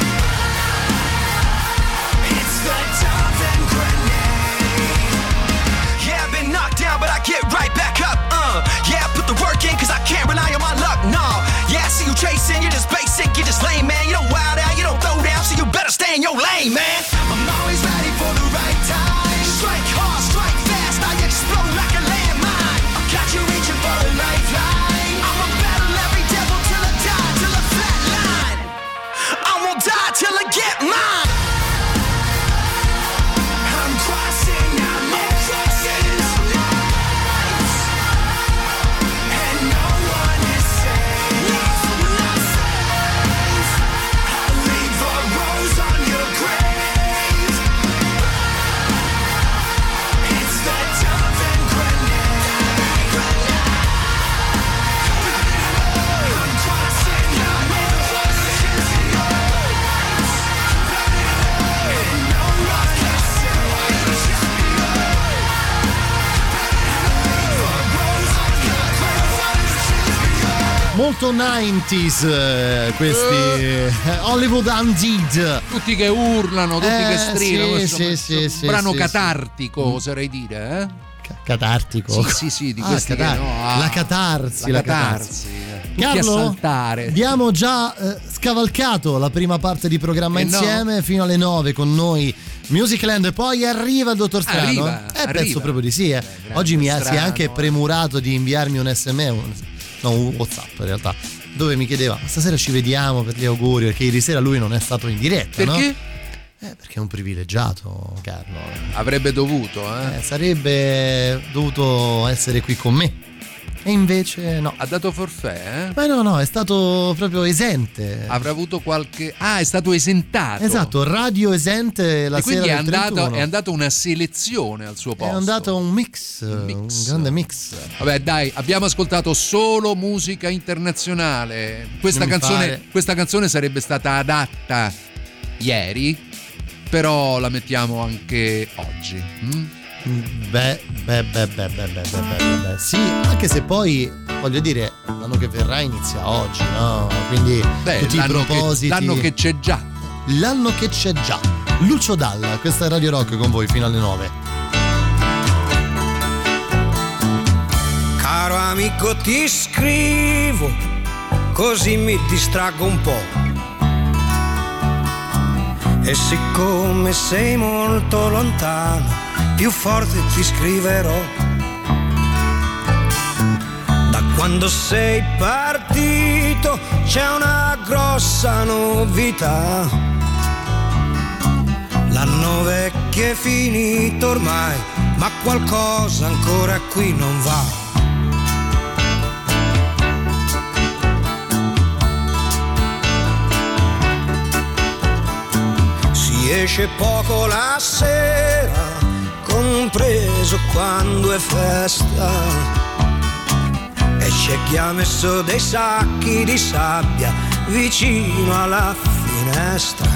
It's the dove and grenade. Yeah, I've been knocked down, but I get right back up. Uh, yeah, I put the work in, cause I can't rely on my luck. No, yeah, I see you chasing, you're just basic, you're just lame, man. You don't wild out, you don't throw down, so you better stay in your lane, man. I'm always ready for the right time. Strike hard, strike fast, I explode like a landmine. I got you reaching for a lifeline. I'ma battle every devil till I die, till I flatline. I won't die till I get mine. I'm crossing our nations, and no one is safe. Not safe. I'll leave a rose on your grave. It's the dove and grenade. I'm crossing our nations, and no one can save. Molto novanta questi eh, Hollywood Undead. Tutti che urlano, tutti Eh, che stridano. sì, insomma, sì, insomma, sì, un sì, brano sì, catartico, oserei dire, eh? Ca- Catartico. Sì, sì, sì, di Ah, questi catar- che, no, ah, la catarsi, la la catarsi. Tutti a Carlo, saltare. abbiamo già eh, scavalcato la prima parte di programma Eh no. insieme fino alle nove con noi Musicland e poi arriva il dottor Strano. Arriva, eh, arriva. penso proprio di sì. Eh. Oggi mi ha, si è Strano, anche eh. premurato di inviarmi un S M S, un, no, un WhatsApp in realtà, dove mi chiedeva: ma stasera ci vediamo per gli auguri, perché ieri sera lui non è stato in diretta, Perché? no? Eh, perché è un privilegiato, Carlo. Avrebbe dovuto, eh? Eh, sarebbe dovuto essere qui con me. E invece no. Ha dato forfè, eh? Ma no, no, è stato proprio esente. Avrà avuto qualche... Ah, è stato esentato. Esatto, radio esente la e quindi sera è del andato, trentuno. è andato una selezione al suo È posto. andato un mix, un, mix. grande mix. Vabbè, dai, abbiamo ascoltato solo musica internazionale. Questa Non mi canzone, fare. questa canzone sarebbe stata adatta ieri, però la mettiamo anche oggi. mm? Beh, beh, beh, beh, beh, beh, beh, beh, beh. Sì, anche se poi, voglio dire, l'anno che verrà inizia oggi, no? Quindi Beh, tutti i l'anno propositi. Che, l'anno che c'è già. L'anno che c'è già. Lucio Dalla, questa è Radio Rock con voi fino alle nove. Caro amico, ti scrivo, così mi distraggo un po'. E siccome sei molto lontano, più forte ti scriverò. Da quando sei partito c'è una grossa novità. L'anno vecchio è finito ormai, ma qualcosa ancora qui non va. Si esce poco la sera, compreso quando è festa, e c'è chi ha messo dei sacchi di sabbia vicino alla finestra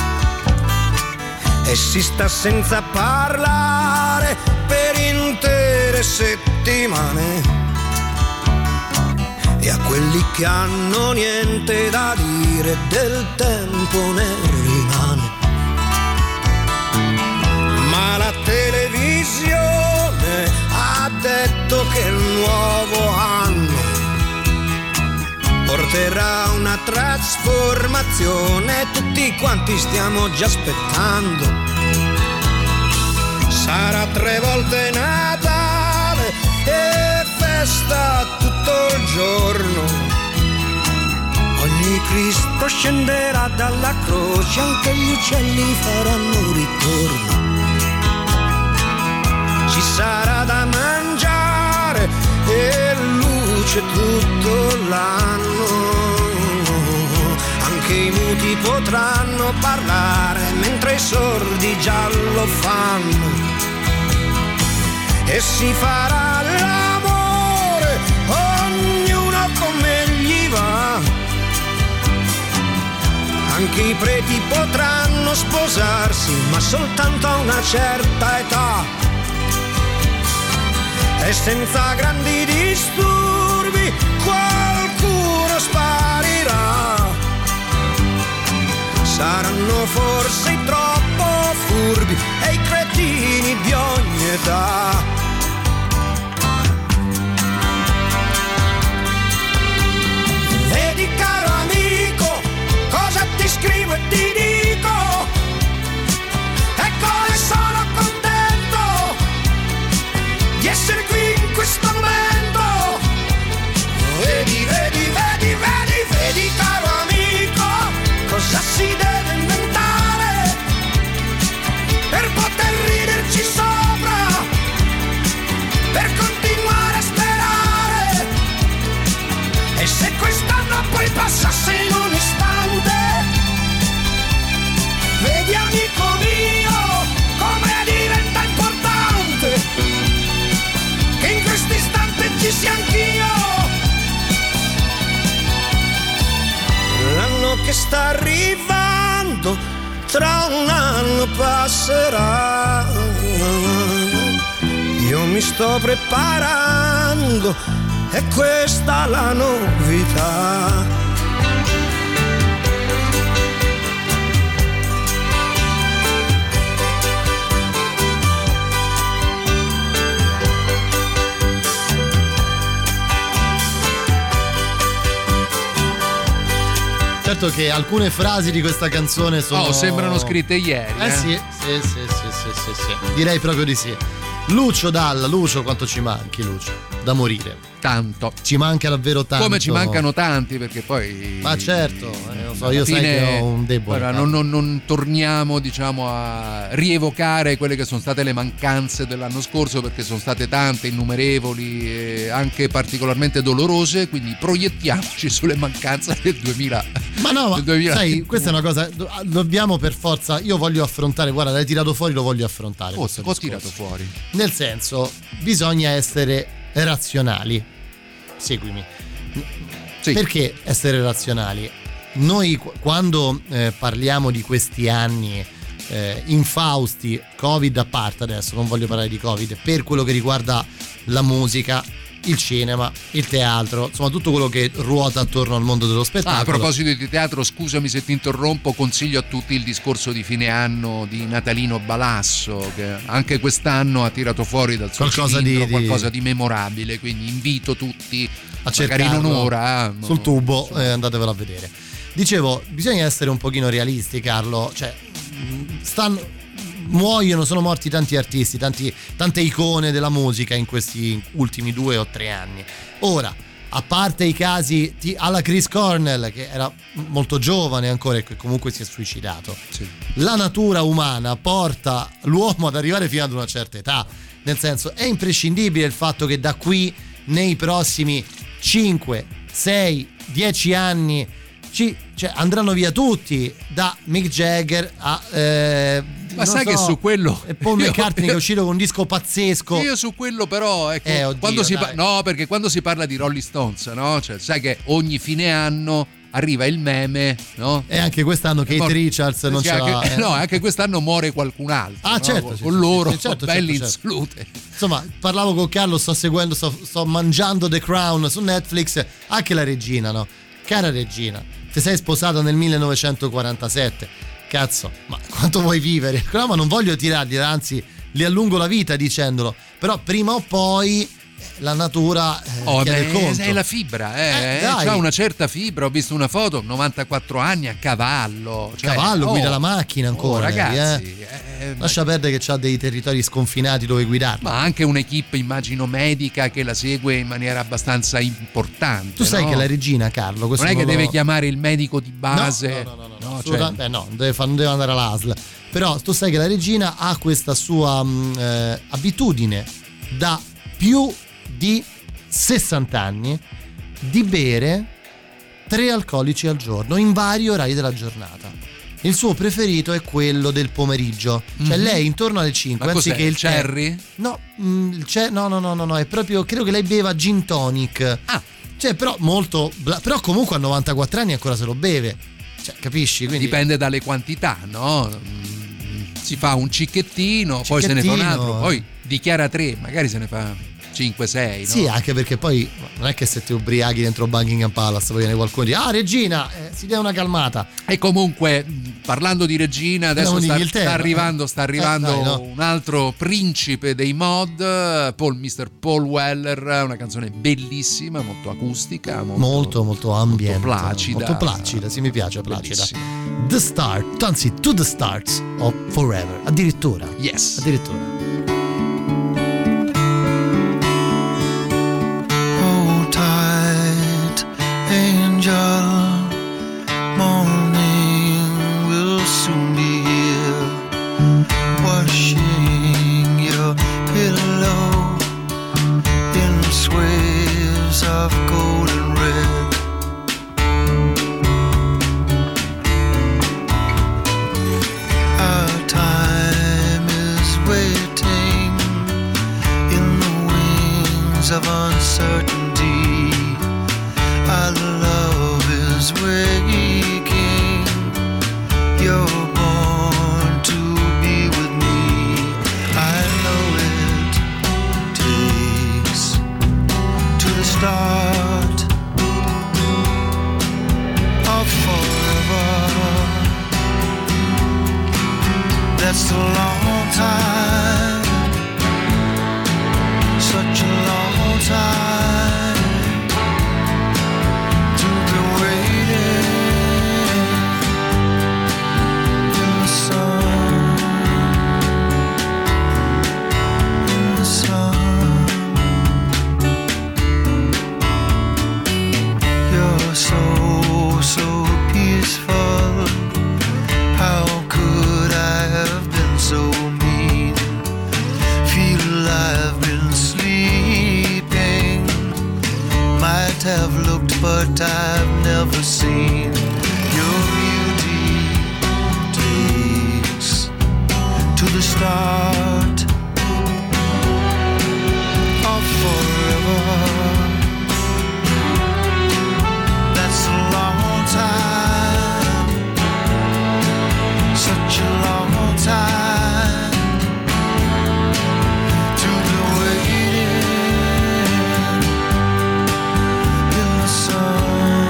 e si sta senza parlare per intere settimane. E a quelli che hanno niente da dire del tempo ne rimane. Ma la televisione ha detto che il nuovo anno porterà una trasformazione, tutti quanti stiamo già aspettando. Sarà tre volte Natale e festa tutto il giorno. Ogni Cristo quando scenderà dalla croce anche gli uccelli faranno ritorno. Ci sarà da mangiare e luce tutto l'anno. Anche i muti potranno parlare mentre i sordi già lo fanno. E si farà l'amore, ognuno come gli va. Anche i preti potranno sposarsi, ma soltanto a una certa età. E senza grandi disturbi qualcuno sparirà. Saranno forse troppo furbi e i cretini di ogni età. Vedi caro amico, cosa ti scrivo e ti dico. E come sono contento di essere qui in questo momento. Vedi, vedi, vedi, vedi, vedi caro amico, cosa si deve inventare per poter riderci sopra, per continuare a sperare. E se quest'anno poi passasse in un istante, vedi amico mio come diventa importante che in questo istante ci sia anch'io. L'anno che sta arrivando tra un anno passerà. Io mi sto preparando e questa è la novità. Certo che alcune frasi di questa canzone sono... Oh, sembrano scritte ieri. Eh, eh? sì, sì, sì, sì, sì, sì, sì. Direi proprio di sì. Lucio Dalla, Lucio quanto ci manchi, Lucio, da morire. Tanto. Ci manca davvero tanto. Come ci mancano tanti, perché poi... Ma certo, eh, lo so, io sai che ho un debole. Ora, non, non, non torniamo, diciamo, a rievocare quelle che sono state le mancanze dell'anno scorso, perché sono state tante, innumerevoli e anche particolarmente dolorose, quindi proiettiamoci sulle mancanze del duemila. Ma no, ma duemila. Sai, questa è una cosa, dobbiamo per forza, io voglio affrontare, guarda, l'hai tirato fuori, lo voglio affrontare. Oh, ho tirato fuori. Nel senso, bisogna essere razionali. Seguimi. Sì. Perché essere razionali? Noi quando eh, parliamo di questi anni eh, infausti, Covid a parte adesso, non voglio parlare di Covid, per quello che riguarda la musica, il cinema, il teatro, insomma tutto quello che ruota attorno al mondo dello spettacolo. Ah, a proposito di teatro, scusami se ti interrompo, consiglio a tutti il discorso di fine anno di Natalino Balasso, che anche quest'anno ha tirato fuori dal suo qualcosa cilindro di, qualcosa di memorabile, quindi invito tutti a magari in un'ora eh, sul tubo, eh, andatevelo a vedere. Dicevo, bisogna essere un pochino realisti, Carlo, cioè stanno muoiono, sono morti tanti artisti, tanti, tante icone della musica in questi ultimi due o tre anni. Ora, a parte i casi ti, alla Chris Cornell, che era molto giovane ancora e che comunque si è suicidato, sì. La natura umana porta l'uomo ad arrivare fino ad una certa età, nel senso è imprescindibile il fatto che da qui nei prossimi cinque, sei, dieci anni ci, cioè, andranno via tutti, da Mick Jagger a eh, ma sai so, che su quello e Paul McCartney io, che è uscito con un disco pazzesco. Io su quello però ecco, eh, oddio, quando si dai. pa- no perché quando si parla di Rolling Stones, no, cioè sai che ogni fine anno arriva il meme, no? E anche quest'anno Keith mor- Richards non ce l'ha. Anche, eh. No, anche quest'anno muore qualcun altro. Ah, no? certo, con sì, loro sì, certo, belli certo, in certo. salute. Insomma, parlavo con Carlo, sto seguendo, sto, sto mangiando The Crown su Netflix, anche la regina, no? Cara regina, ti sei sposata nel millenovecentoquarantasette, cazzo, ma quanto vuoi vivere? No, ma non voglio tirarli, anzi li allungo la vita dicendolo, però prima o poi la natura eh, Oh, chiede beh, conto. è la fibra, eh, Eh, dai. c'ha una certa fibra. Ho visto una foto, novantaquattro anni a cavallo. Cioè, Cavallo, oh, guida la macchina ancora. oh, lei, ragazzi, eh. eh, Lascia perdere che c'ha dei territori sconfinati dove guidare. ma anche un'equipe, immagino, medica che la segue in maniera abbastanza importante. Tu sai no? che la regina, Carlo, questo non è che non lo- deve chiamare il medico di base. No, no, no, no, no, no, assoluta- cioè- beh, no, non deve, fa- non deve andare all'A S L. Però tu sai che la regina ha questa sua mh, eh, abitudine da più di sessanta anni di bere tre alcolici al giorno in vari orari della giornata. Il suo preferito è quello del pomeriggio, cioè Mhm. lei intorno alle cinque, Ma cos'è, anziché il tè- cherry? No, mh, il ce- no, no, no, no, no, è proprio, credo che lei beva gin tonic. Ah. Cioè, però molto, bla- però comunque a novantaquattro anni ancora se lo beve. Cioè, capisci? Quindi Dipende dalle quantità, no? Mm, Si fa un cicchettino, poi se ne fa un Cicchettino. altro, poi dichiara tre, magari se ne fa cinque sei, no? Sì, anche perché poi non è che se ti ubriachi dentro Buckingham Palace poi viene qualcuno e dice ah regina, eh, si dia una calmata. E comunque, mh, parlando di regina, adesso Parliamo di sta, Inghilterra. sta arrivando, sta arrivando Eh, dai, no. un altro principe dei mod, Paul, mister Paul Weller, una canzone bellissima, molto acustica, molto, Molto molto ambient, molto placida. molto placida, sì, mi piace placida. Bellissima. The Start, anzi To the Stars of Forever, addirittura. Yes. Addirittura. Hold tight, angel. Morning will soon be here, washing your pillow in swaves of golden red. Our time is waiting in the wings of uncertainty. Our love is waking. You're born to be with me. I know it takes to the start of forever. That's a long time, such a long time to be waiting in the sun, in the sun. You're so, so peaceful. How could I have been so mean? Feel I've been sleeping. Might have looked, but I've never seen. Your beauty takes to the start of forever. That's a long time, such a long time to be waiting in the sun.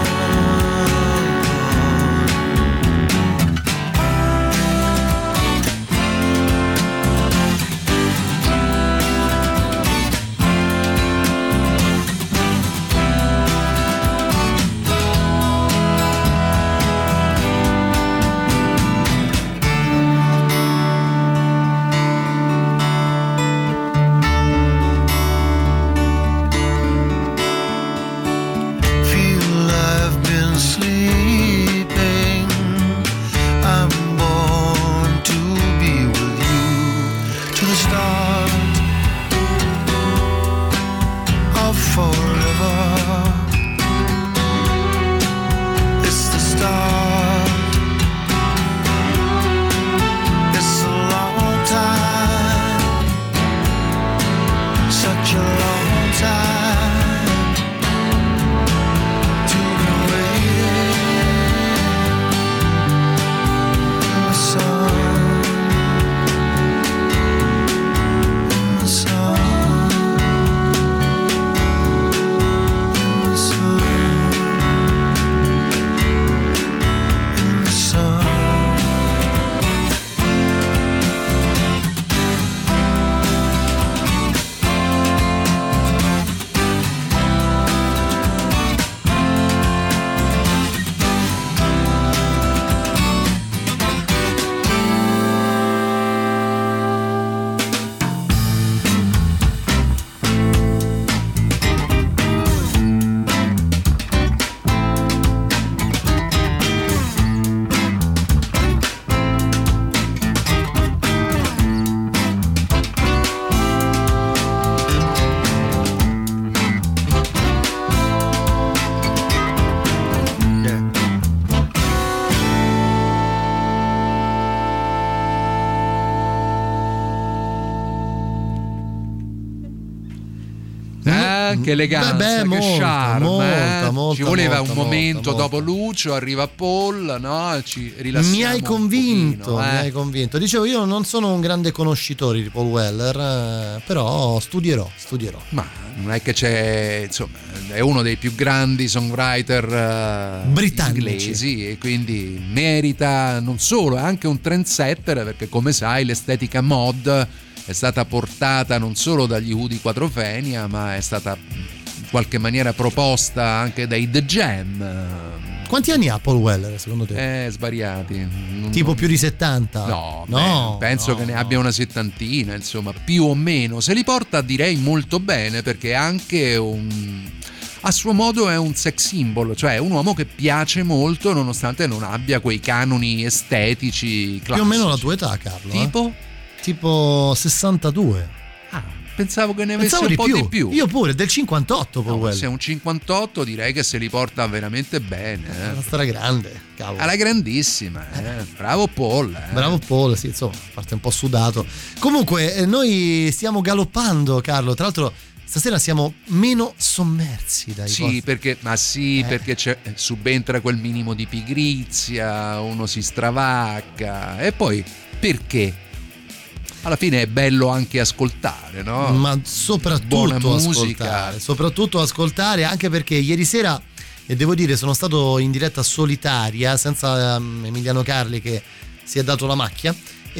Feel I've been sleeping. I'm born to be with you to the start of forever. It's the start. It's a long time, such a long time to be waiting Eh, che eleganza, beh, beh, che molta, charme. molta, eh. molta, Ci voleva molta, un molta, momento molta. dopo Lucio, arriva Paul, no? Ci rilassiamo. Mi hai un convinto, pochino, eh. mi hai convinto. Dicevo, io non sono un grande conoscitore di Paul Weller, eh, però studierò, studierò. Ma non è che c'è, insomma, è uno dei più grandi songwriter uh, britannici inglesi e quindi merita non solo, è anche un trendsetter, perché come sai l'estetica mod è stata portata non solo dagli U di Quadrophenia, ma è stata in qualche maniera proposta anche dai The Jam. Quanti anni ha Paul Weller secondo te? Eh, svariati. Non, tipo non... più di settanta? No, no beh, penso no, che ne no. abbia una settantina, insomma, più o meno. Se li porta, direi, molto bene, perché è anche un... a suo modo è un sex symbol, cioè è un uomo che piace molto nonostante non abbia quei canoni estetici classici. Più o meno la tua età, Carlo. Tipo? Eh? Tipo sessantadue. Ah, pensavo che ne avesse Pensavo un di po' più. di più. Io pure, del cinquantotto Paul No, Weller. se è un cinquantotto direi che se li porta veramente bene. Eh. Una storia grande, cavolo. Alla grandissima, eh. Bravo Paul. Eh. Bravo Paul, sì, insomma, parte un po' sudato. Comunque, eh, noi stiamo galoppando, Carlo. Tra l'altro, stasera siamo meno sommersi dai Sì, posti. perché, ma sì, Eh. perché c'è, subentra quel minimo di pigrizia, uno si stravacca. E poi, perché? Alla fine è bello anche ascoltare, no? Ma soprattutto Buona musica. ascoltare, soprattutto ascoltare, anche perché ieri sera, e devo dire, sono stato in diretta solitaria senza um, Emiliano Carli che si è dato la macchia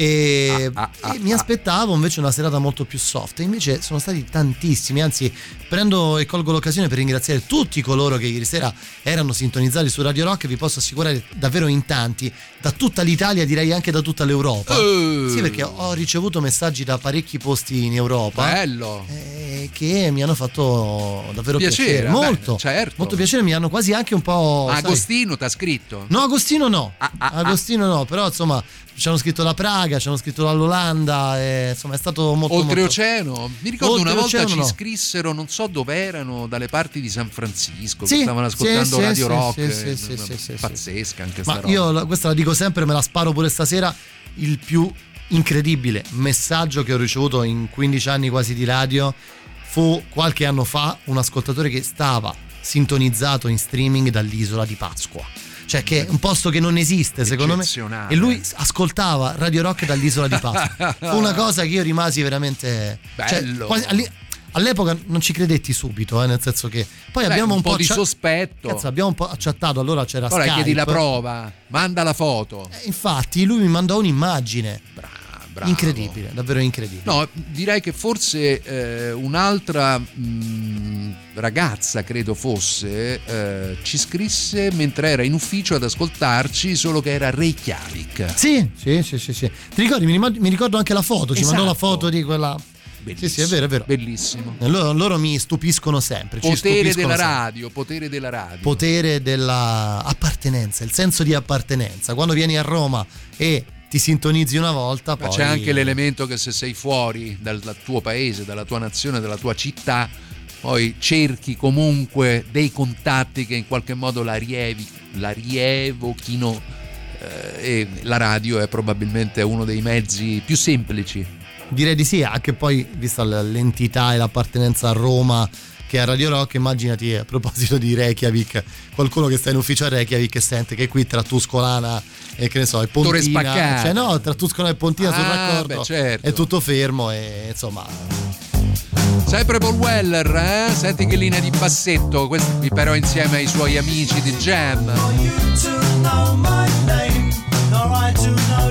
e, Ah, ah, e ah, mi ah. aspettavo invece una serata molto più soft, e invece sono stati tantissimi, anzi prendo e colgo l'occasione per ringraziare tutti coloro che ieri sera erano sintonizzati su Radio Rock. Vi posso assicurare davvero in tanti, da tutta l'Italia, direi anche da tutta l'Europa. Uh. Sì, perché ho ricevuto messaggi da parecchi posti in Europa Bello. eh, che mi hanno fatto davvero Piacere, piacere, vabbè, molto, certo. molto piacere, mi hanno quasi anche un po', sai- Agostino t'ha scritto? no, Agostino no, Ah, ah, Agostino no, però insomma ci hanno scritto da Praga, ci hanno scritto dall'Olanda, e, insomma è stato molto Oltreoceano. Mi ricordo una volta Oltreoceano ci no. scrissero, non so dove erano, dalle parti di San Francisco, Sì, che stavano ascoltando sì, Radio sì, Rock. sì, sì, eh, sì, sì, sì, pazzesca anche Ma sta roba. io la- questa la dico sempre, me la sparo pure stasera, il più incredibile messaggio che ho ricevuto in quindici anni quasi di radio fu qualche anno fa un ascoltatore che stava sintonizzato in streaming dall'isola di Pasqua, cioè che è un posto che non esiste secondo me, Eccezionale. e lui ascoltava Radio Rock dall'isola di Pasqua. Fu una cosa che io rimasi veramente, cioè, Bello. quasi- all'i- all'epoca non ci credetti subito, eh, nel senso che poi Beh, abbiamo un, un po' di accia- sospetto. Cazzo, abbiamo un po' accettato, allora c'era Ora Skype. chiedi la prova, manda la foto. Eh, infatti lui mi mandò un'immagine. Bravo. Incredibile, davvero incredibile. No, direi che forse eh, un'altra mh, ragazza, credo fosse, eh, ci scrisse mentre era in ufficio ad ascoltarci, solo che era Reykjavik. Sì, sì, sì, sì, sì. Ti ricordi? Mi, rimand- mi ricordo anche la foto, ci Esatto. mandò la foto di quella. Bellissimo, Sì, sì, è vero, è vero. Bellissimo. E Loro, loro mi stupiscono sempre. ci Potere stupiscono della sempre. radio, potere della radio. Potere della appartenenza, il senso di appartenenza. Quando vieni a Roma e ti sintonizzi una volta, Ma poi c'è anche l'elemento che se sei fuori dal, dal tuo paese, dalla tua nazione, dalla tua città, poi cerchi comunque dei contatti che in qualche modo la, rievi, la rievochino, eh, e la radio è probabilmente uno dei mezzi più semplici. Direi di sì, anche poi vista l- l'entità e l'appartenenza a Roma che a Radio Rock, immaginati, a proposito di Reykjavik, qualcuno che sta in ufficio a Reykjavik e sente che qui tra Tuscolana e che ne so, e Torre Pontina, Spaccata. cioè no, tra Tuscolana e Pontina sul Ah, raccordo beh, certo. è tutto fermo e insomma. Sempre Paul Weller, eh? Senti che linea di bassetto, questi però insieme ai suoi amici di Jam. To know my name, nor I to know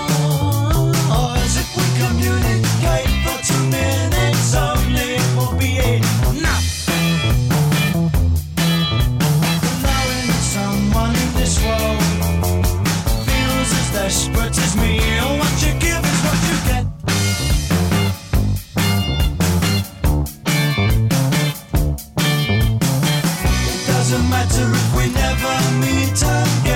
yours. If we communicate for two minutes only, it will be enough. Knowing someone in this world feels as desperate as me, and what you give is what you get. It doesn't matter if we never meet again.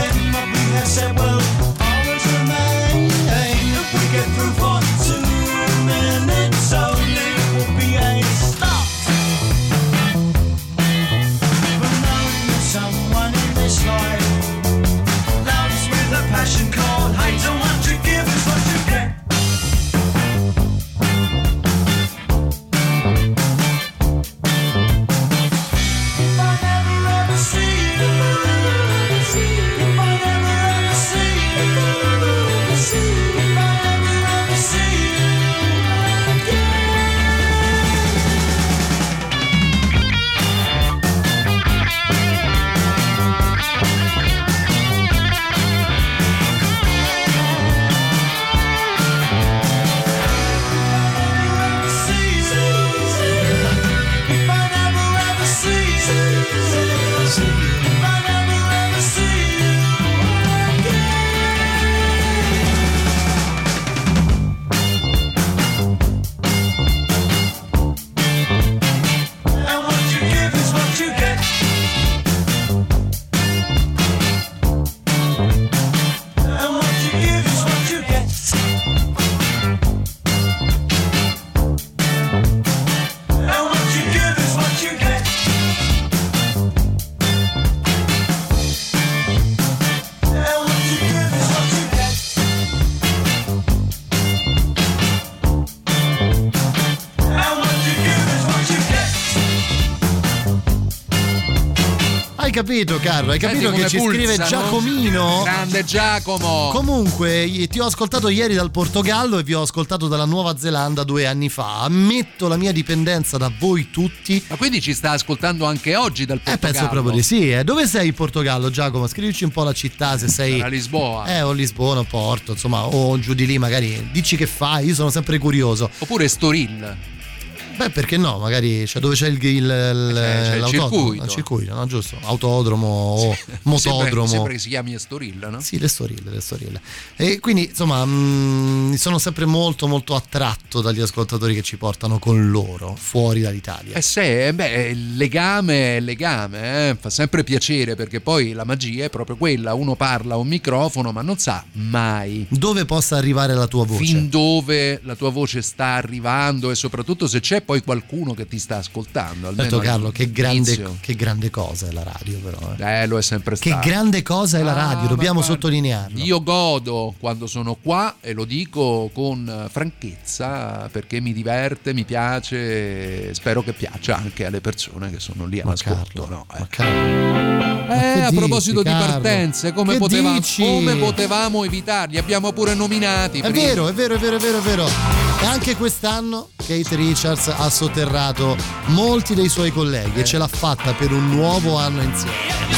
capito, Carlo? Hai capito Senti che ci come scrive pulsano? Giacomino? Grande Giacomo. Comunque, ti ho ascoltato ieri dal Portogallo e vi ho ascoltato dalla Nuova Zelanda due anni fa. Ammetto la mia dipendenza da voi tutti. Ma quindi ci sta ascoltando anche oggi dal Portogallo? Eh, penso proprio di sì. Eh. Dove sei in Portogallo, Giacomo? Scrivici un po' la città, se sei a Lisboa. Eh, o Lisbona, o Porto, insomma, o giù di lì magari. Dici che fai, io sono sempre curioso. Oppure Estoril. Beh, perché no? Magari cioè, dove c'è il, il, il, c'è il circuito. Il circuito, no? Giusto? Autodromo o motodromo. Sembra, sembra che si chiami Estoril, no? Sì, l'Estoril, l'Estoril. E quindi, insomma, mh, sono sempre molto, molto attratto dagli ascoltatori che ci portano con loro fuori dall'Italia. Eh sì, beh, il legame è legame, eh? Fa sempre piacere, perché poi la magia è proprio quella. Uno parla a un microfono, ma non sa mai dove possa arrivare la tua voce. Fin dove la tua voce sta arrivando, e soprattutto se c'è poi qualcuno che ti sta ascoltando. Certo, Carlo, che grande, che grande cosa è la radio, però. Eh. Eh, lo è sempre stato. Che grande cosa è la radio, ah, dobbiamo guarda, sottolinearlo. Io godo quando sono qua e lo dico con franchezza, perché mi diverte, mi piace, spero che piaccia anche alle persone che sono lì all'ascolto. No, eh. Eh, a dici, proposito di Carlo? partenze, come, Che poteva, dici? come potevamo evitarli? Abbiamo pure nominati. È prima. vero, è vero, è vero, è vero, è vero. E anche quest'anno Keith Richards ha sotterrato molti dei suoi colleghi eh. e ce l'ha fatta per un nuovo anno insieme.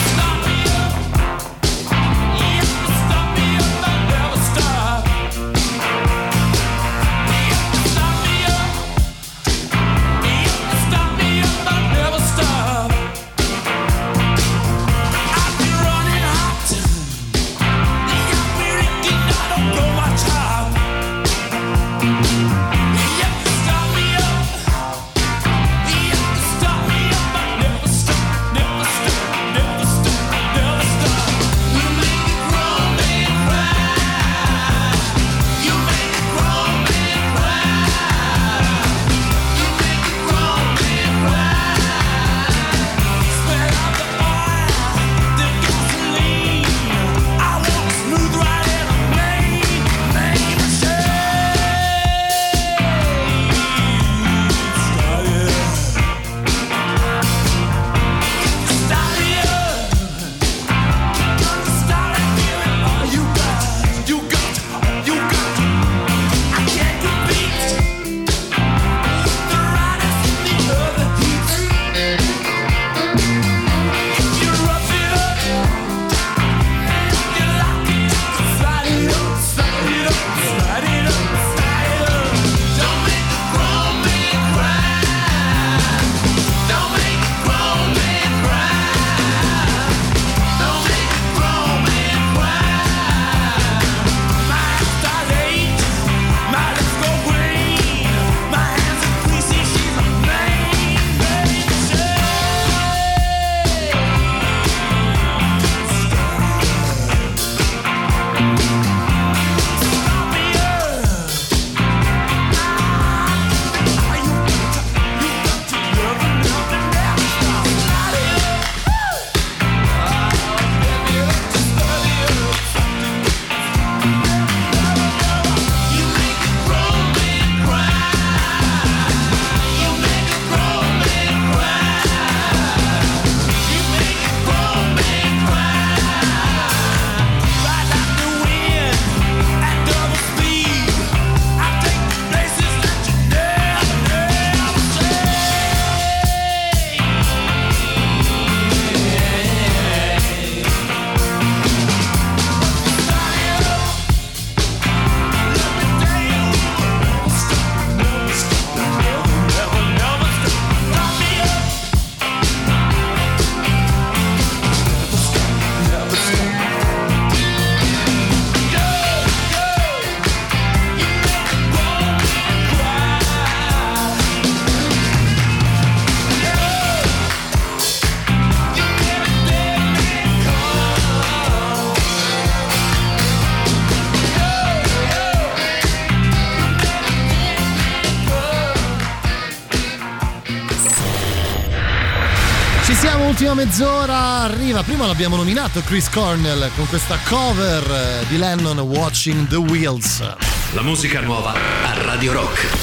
Ultima mezz'ora arriva, prima l'abbiamo nominato Chris Cornell con questa cover di Lennon, Watching the Wheels. La musica nuova a Radio Rock.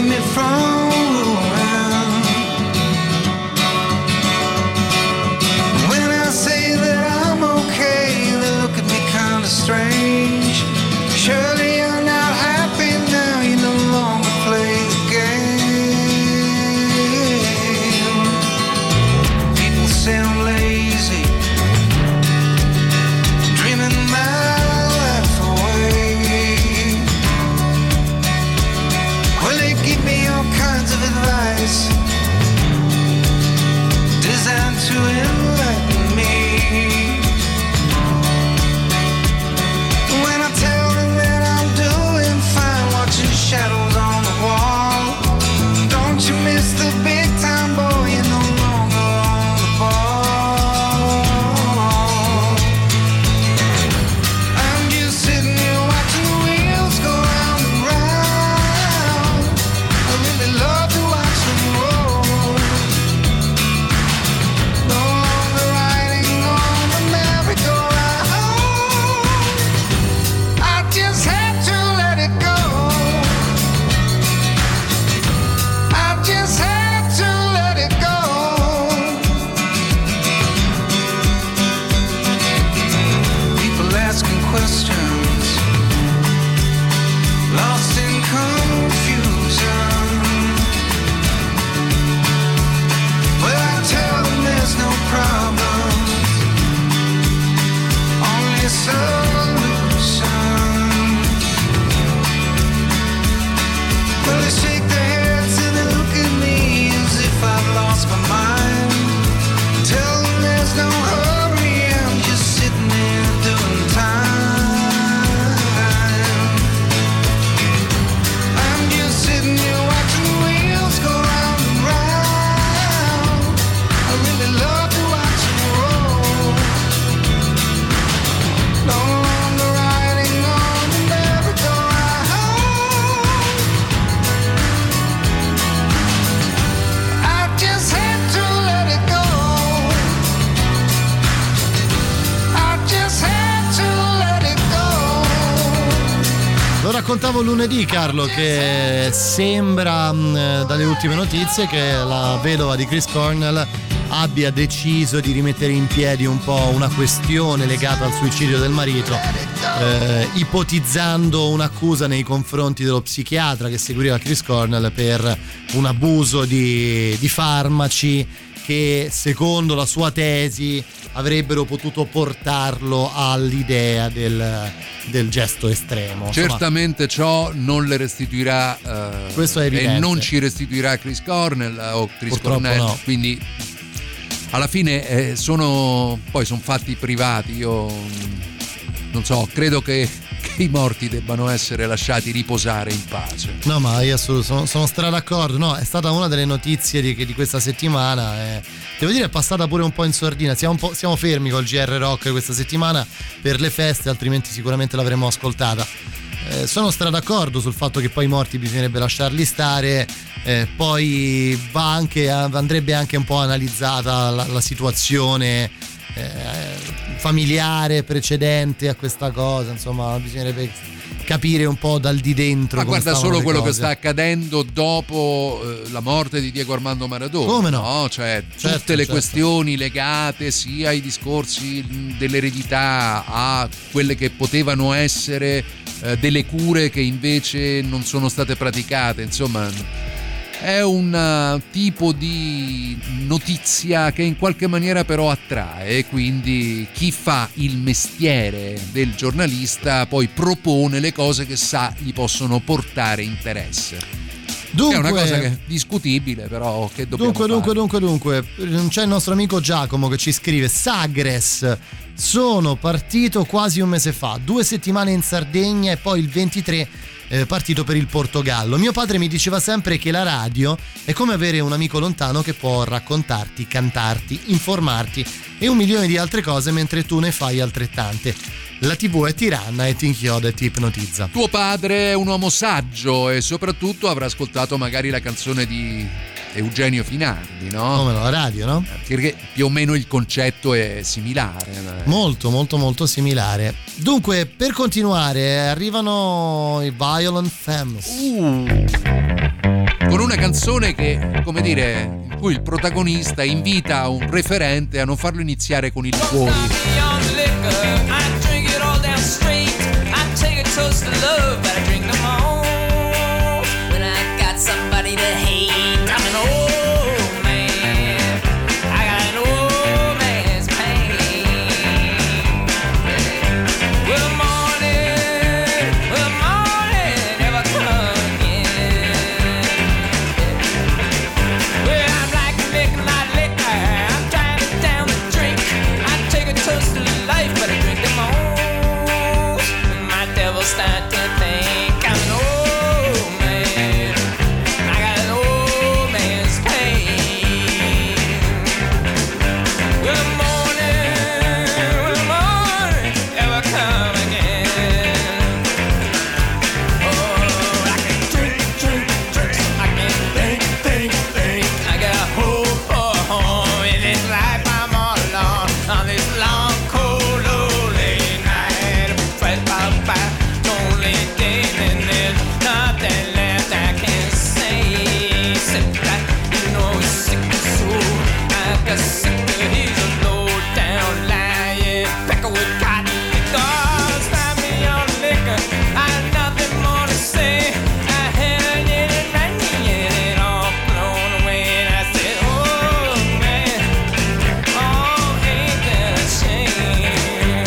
keep me from moving. When I say that I'm okay, they look at me kinda strange. Surely you're not happy now, you no longer play the game. People say I'm lazy, dreaming my life away. Well, they give me all kinds of advice designed to enlighten me. When I tell them that I'm doing fine, watching shadows on the wall, don't you miss the big time, boy, you're no longer on the ball. I'm just sitting here watching the wheels go round and round. I really love to watch them roll. No longer riding on the merry-go-round. I just had to let it go. I just had to let it go. People asking questions, lost in confusion. Well, I tell them there's no problem, only solution. Well, they shake their heads and they look at me as if I've lost my mind. Tell them there's no hurry, I'm just sitting there doing time. I'm just sitting here watching the wheels go round and round. I really love to watch them roll. No longer riding on the merry-go-round. I just had to let it go. I just had to let it go. Lo raccontavo lunedì, Carlo, che sembra mh, dalle ultime notizie che la vedova di Chris Cornell abbia deciso di rimettere in piedi un po' una questione legata al suicidio del marito, eh, ipotizzando un'accusa nei confronti dello psichiatra che seguiva Chris Cornell per un abuso di, di farmaci che, secondo la sua tesi, avrebbero potuto portarlo all'idea del, del gesto estremo. Insomma, certamente ciò non le restituirà eh, questo è evidente. E non ci restituirà Chris Cornell eh, o Chris Purtroppo Cornell, no. quindi alla fine eh, sono poi sono fatti privati. Io non so, credo che, che i morti debbano essere lasciati riposare in pace. No, ma io assolut- sono, sono stra d'accordo. No, è stata una delle notizie di, di questa settimana. Eh. Devo dire, è passata pure un po' in sordina. Siamo, un po', siamo fermi col G R Rock questa settimana per le feste, altrimenti sicuramente l'avremmo ascoltata. Eh, sono stra d'accordo sul fatto che poi i morti bisognerebbe lasciarli stare. Eh, poi va anche, andrebbe anche un po' analizzata la, la situazione eh, familiare precedente a questa cosa. Insomma, bisognerebbe capire un po' dal di dentro. Ma come guarda stavano solo le quello cose. che sta accadendo dopo eh, la morte di Diego Armando Maradona. Come no? Cioè, Certo, tutte le certo. questioni legate sia ai discorsi dell'eredità, a quelle che potevano essere eh, delle cure che invece non sono state praticate. Insomma, è un uh, tipo di notizia che in qualche maniera però attrae, quindi chi fa il mestiere del giornalista poi propone le cose che sa gli possono portare interesse. Dunque, è una cosa che è discutibile, però che dobbiamo dunque, fare? dunque, dunque, dunque, c'è il nostro amico Giacomo che ci scrive: Sagres, sono partito quasi un mese fa, due settimane in Sardegna e poi il ventitré eh, partito per il Portogallo. Mio padre mi diceva sempre che la radio è come avere un amico lontano che può raccontarti, cantarti, informarti e un milione di altre cose mentre tu ne fai altrettante. La tivù è tiranna e ti inchioda e ti ipnotizza. Tuo padre è un uomo saggio e soprattutto avrà ascoltato magari la canzone di Eugenio Finardi, no? Come no, la radio, no? Perché più o meno il concetto è similare. Molto, molto, molto similare. Dunque, per continuare, arrivano i Violent Femmes. Uh. con una canzone che, come dire, in cui il protagonista invita un referente a non farlo iniziare con il cuore. Start to think I'm an old man. I got an old man's pain. Will the morning, will the morning ever come again? Oh, I can drink, drink, drink, I can think, think, think. I got a hope for home in this life I'm all alone on this long, cold, lonely night. Fret about back. Nothing left I can say. Except that you know he's sick so I got sick of he's a low down lying pecker with cotton. Don't stop me on liquor. I have nothing more to say. I had it and I needed it all blown away. And I said, oh man, oh ain't that a shame?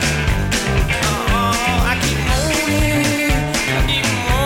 Oh, I keep moaning, I keep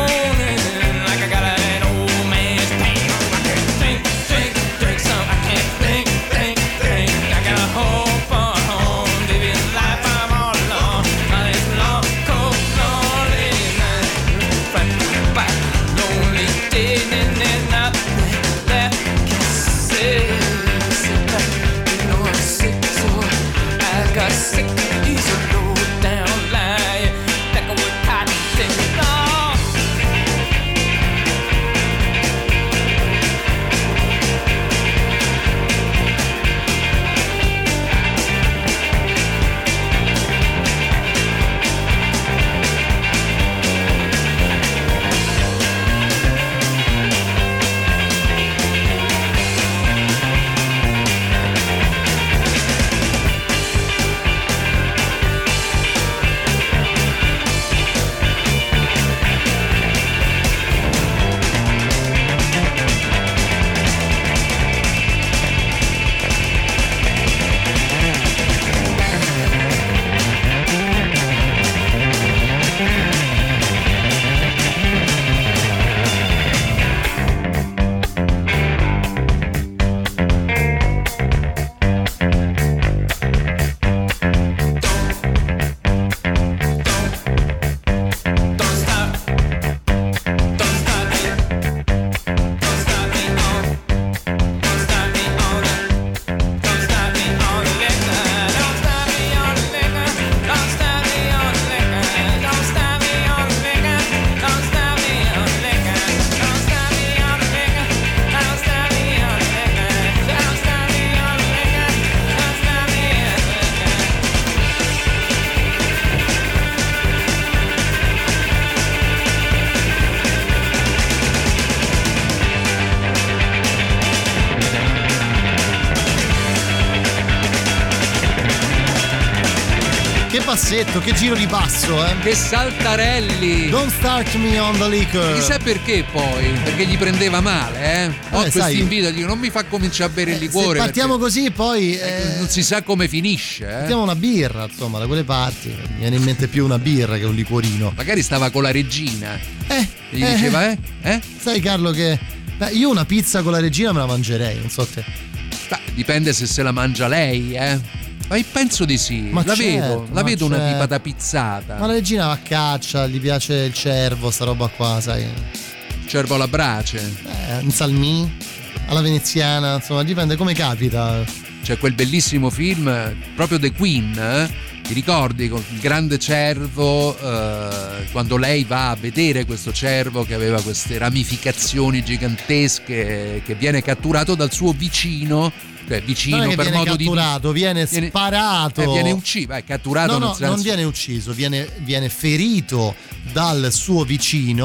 passetto, che giro di basso, eh. Che saltarelli. Don't start me on the liquor. Chissà perché poi, perché gli prendeva male, eh. Ho Eh, questo sai- invito, dico non mi fa cominciare a bere il Se liquore. partiamo perché così poi eh, non si sa come finisce, eh. mettiamo una birra, insomma, da quelle parti. Mi viene in mente più una birra che un liquorino. Magari stava con la regina. Eh, E gli eh, diceva, eh? Eh? Sai Carlo che beh, io una pizza con la regina me la mangerei, non so te. Beh, dipende se se la mangia lei, eh. Ma io penso di sì. Ma la certo, vedo, la ma vedo una certo. tipa da pizzata. Ma la regina va a caccia, gli piace il cervo, sta roba qua, sai. Cervo alla brace. Eh, in salmì, alla veneziana, insomma, dipende come capita. C'è quel bellissimo film, proprio The Queen, eh? Ti ricordi con il grande cervo, eh, quando lei va a vedere questo cervo che aveva queste ramificazioni gigantesche, che viene catturato dal suo vicino, cioè vicino Non è che per viene modo catturato, di viene, sparato. Eh, viene ucciso, è catturato No, no, nel senso... non viene ucciso, viene, viene ferito dal suo vicino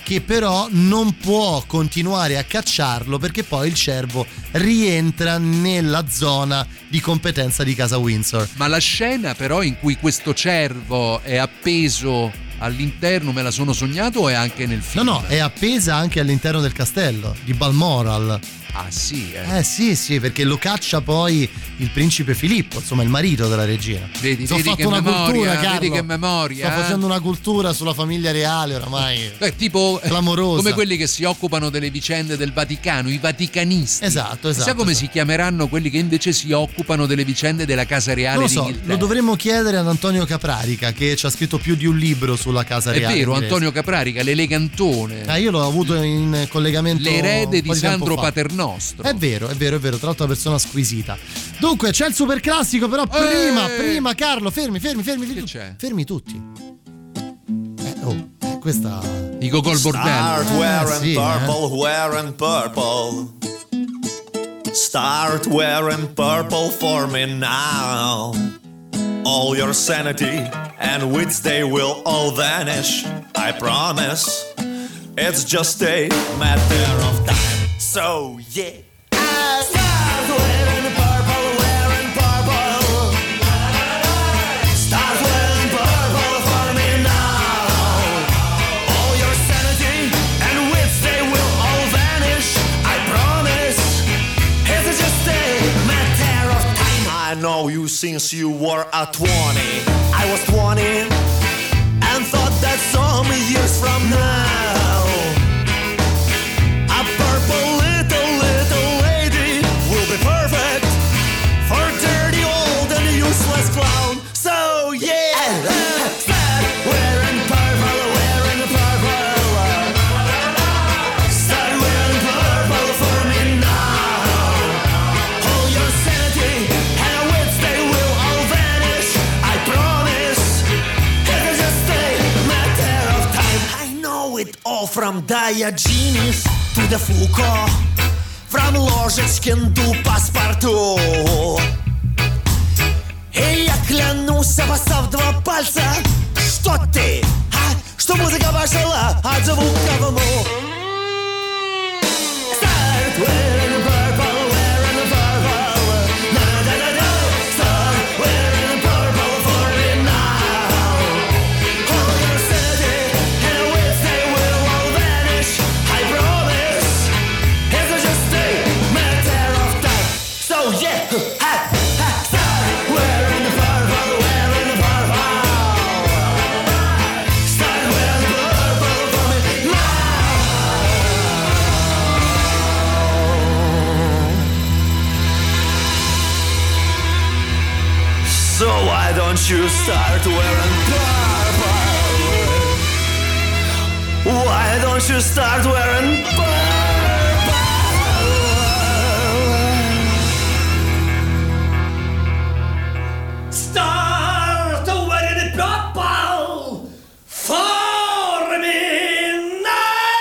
che però non può continuare a cacciarlo perché poi il cervo rientra nella zona di competenza di casa Windsor. Ma la scena però in cui questo cervo è appeso all'interno, me la sono sognato o è anche nel film? No, no, è appesa anche all'interno del castello di Balmoral. Ah sì, eh. Eh sì, sì, perché lo caccia poi il principe Filippo, insomma il marito della regina. Vedi, Sono vedi fatto che una memoria, cultura, vedi Carlo. che memoria. Sto eh? facendo una cultura sulla famiglia reale oramai. Beh, tipo clamorosa. Come quelli che si occupano delle vicende del Vaticano, i vaticanisti. Esatto, esatto. Sai come esatto. si chiameranno quelli che invece si occupano delle vicende della Casa Reale Non lo so, d'Inghilterra? lo dovremmo chiedere ad Antonio Caprarica che ci ha scritto più di un libro sulla Casa È Reale. vero, inglese. Antonio Caprarica, l'elegantone. Ah, io l'ho avuto in collegamento. L'erede un di po' tempo Sandro fa. Paternostro. È vero, è vero, è vero, tra l'altro una persona squisita. Dunque, c'è il super classico, però prima, Eeeh! prima, Carlo, fermi, fermi, fermi. Che tu- c'è? Fermi tutti. Eh, oh, eh, questa. I Gogol Bordello. Start wearing sì, purple, wearing purple. Start wearing purple for me now. All your sanity and wits, they will all vanish. I promise. It's just a matter of time. So yeah. Start wearing purple, wearing purple. Start wearing purple for me now. All your sanity and wits, they will all vanish. I promise. It's just a matter of time. I know you since you were at twenty. I was twenty and thought that some years from now a purple little little lady will be perfect for dirty old and useless clown. So yeah, start wearing purple, wearing purple. Start wearing purple for me now. All your sanity and wits, they will all vanish. I promise. It's just a matter of time. I know it all from Diogenes to the Foucault, from Ложечкин до паспорту. И я клянусь, обоссав два пальца, что ты, а? Что музыка пошла от звука в му. Start wearing purple, wearing purple. Na-na-na-na. Start wearing purple for me now. All your sanity and wits, they will all vanish. I promise. It's just a matter of time. So yeah, ha, ha, start wearing purple, wearing purple. Start wearing purple for me now. So why don't you start wearing purple? Why don't you start wearing purple? Start wearing purple for me now.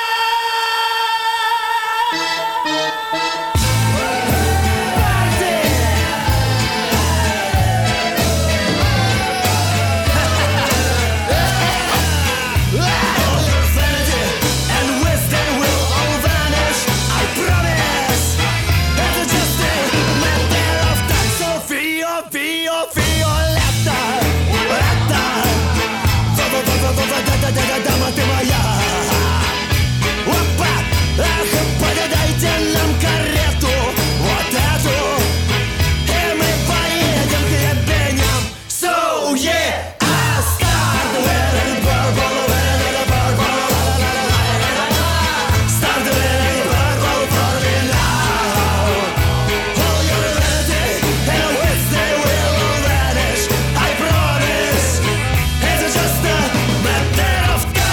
And wisdom will all vanish. I promise. It's just a matter of time. So feel, feel, feel лето, лето. Дама ты моя. Опа, ах, подадайте нам карету, вот эту, и мы поедем к ебеням. So yeah, I start wearing purple, wearing purple. Start wearing purple for me now. All your vanity and wits, they will all vanish. I promise. It's just a matter of time.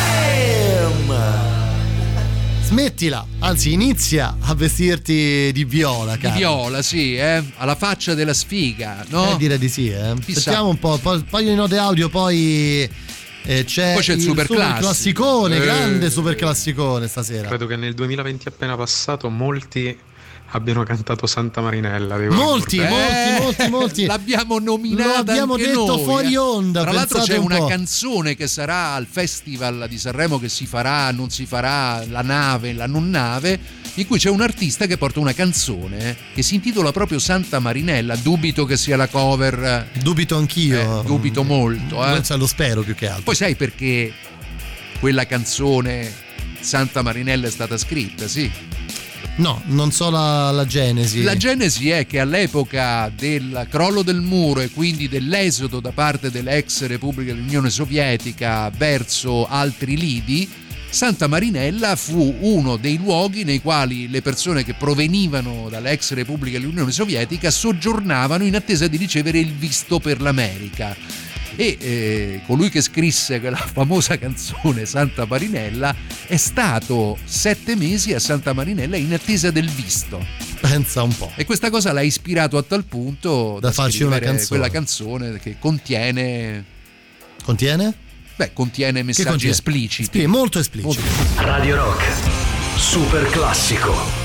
Smettila, anzi inizia a vestirti di viola, Di Carlo. viola, sì, eh? Alla faccia della sfiga, no? Eh, direi di sì, eh. Chissà. Sentiamo un po', poi, poi di note audio, poi eh, c'è, Poi c'è il super classico. classicone, Eh. grande super classicone stasera. Credo che nel duemilaventi appena passato molti abbiano cantato Santa Marinella. Devo Molti, ricordare. molti, molti, molti. L'abbiamo nominata. Lo abbiamo anche detto noi, fuori eh. onda. Tra l'altro pensate c'è un una po'. canzone che sarà al Festival di Sanremo, che si farà, non si farà, la nave, la non nave, in cui c'è un artista che porta una canzone che si intitola proprio Santa Marinella. Dubito che sia la cover. Dubito anch'io. Eh, dubito molto. Eh. Cioè, lo spero più che altro. Poi sai perché quella canzone Santa Marinella è stata scritta, sì? No, non so la, la genesi. La genesi è che all'epoca del crollo del muro e quindi dell'esodo da parte delle ex repubbliche dell'Unione Sovietica verso altri lidi, Santa Marinella fu uno dei luoghi nei quali le persone che provenivano dalle ex repubbliche dell'Unione Sovietica soggiornavano in attesa di ricevere il visto per l'America. E eh, colui che scrisse quella famosa canzone Santa Marinella è stato sette mesi a Santa Marinella in attesa del visto. Pensa un po'. E questa cosa l'ha ispirato a tal punto da, Da farci una scrivere canzone. quella canzone che contiene Contiene? beh contiene messaggi contiene? espliciti. Sì, molto espliciti. Radio Rock, super classico.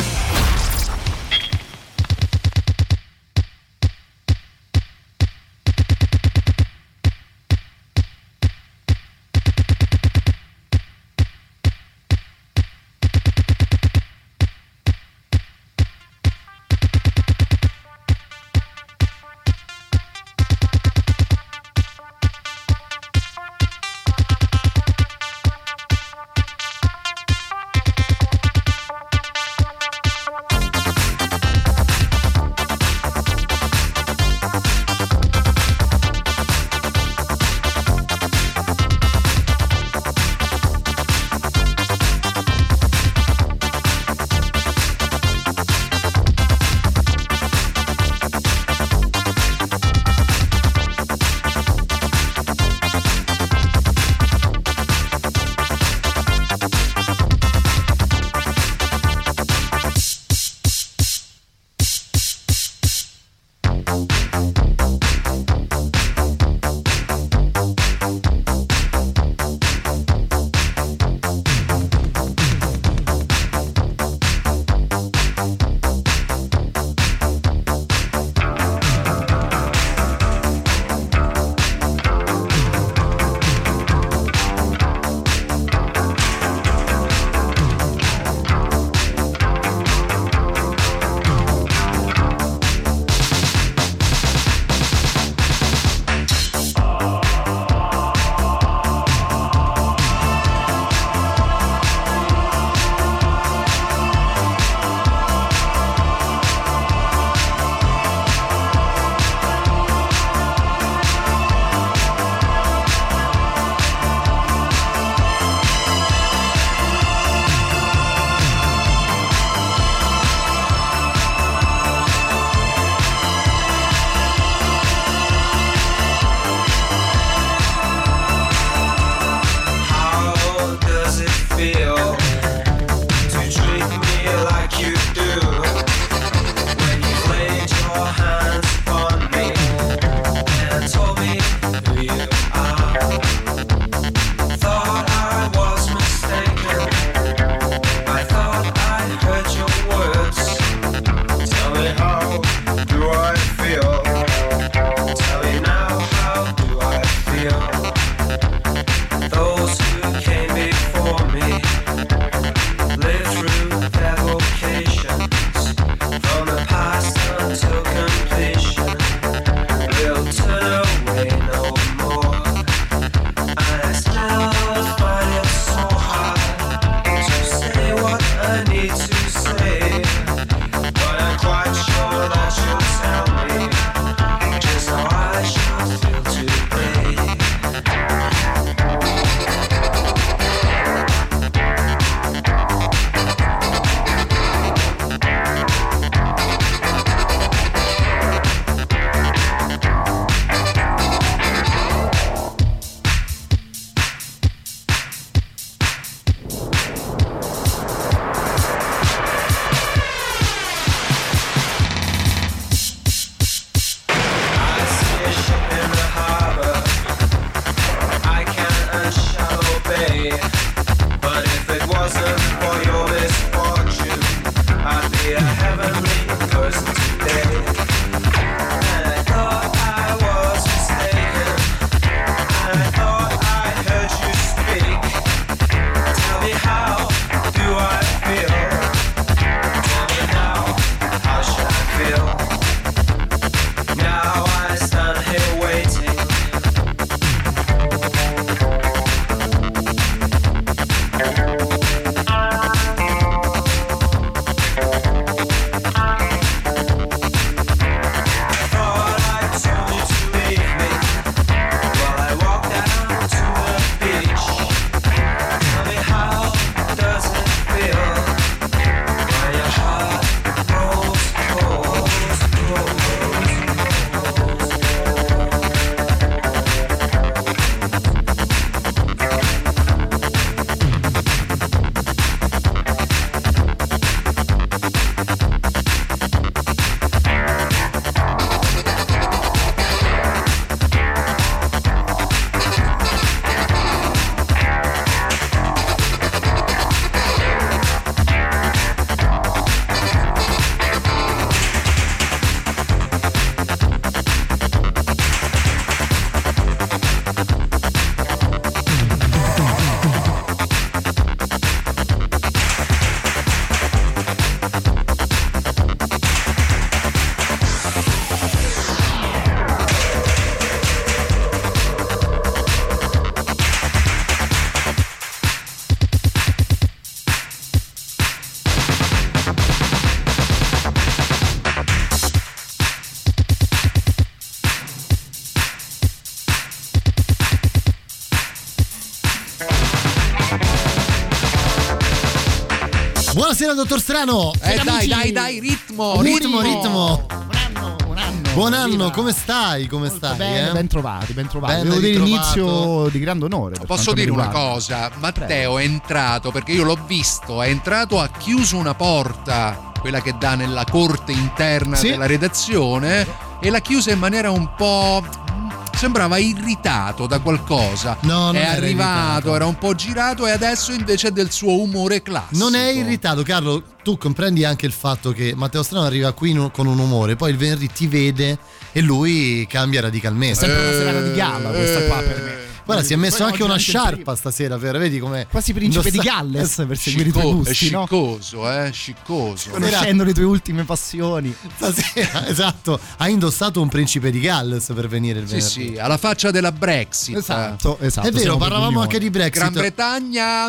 Buonasera dottor Strano. Eh dai, dai, dai, ritmo, ritmo, ritmo. Buon anno. Buon anno, come stai? Come Molto stai? bene, eh? ben trovati, ben trovati. Ben Devo dire ritrovato. inizio di grande onore. per Posso quanto dire mi una riguarda. cosa? Matteo è entrato, perché io l'ho visto, è entrato, ha chiuso una porta, quella che dà nella corte interna Sì. della redazione, e l'ha chiusa in maniera un po'... sembrava irritato da qualcosa. No, non è era arrivato, irritato. era un po' girato, e adesso invece è del suo umore classico. Non è irritato, Carlo. Tu comprendi anche il fatto che Matteo Strano arriva qui in- con un umore, poi il venerdì ti vede e lui cambia radicalmente. È sempre una serata di galla questa qua per me. Guarda, si è messo Poi anche oggi una anche il sciarpa stasera, vero? Vedi come Quasi principe di indossa- Galles per seguire i tuoi Scicco- è gusti, no? sciccoso, eh, sciccoso. Conoscendo le tue ultime passioni. Stasera, esatto, ha indossato un principe di Galles per venire il Sì, venerdì. sì, alla faccia della Brexit. Esatto, esatto. È vero, siamo parlavamo borgognoni. anche di Brexit. Gran Bretagna.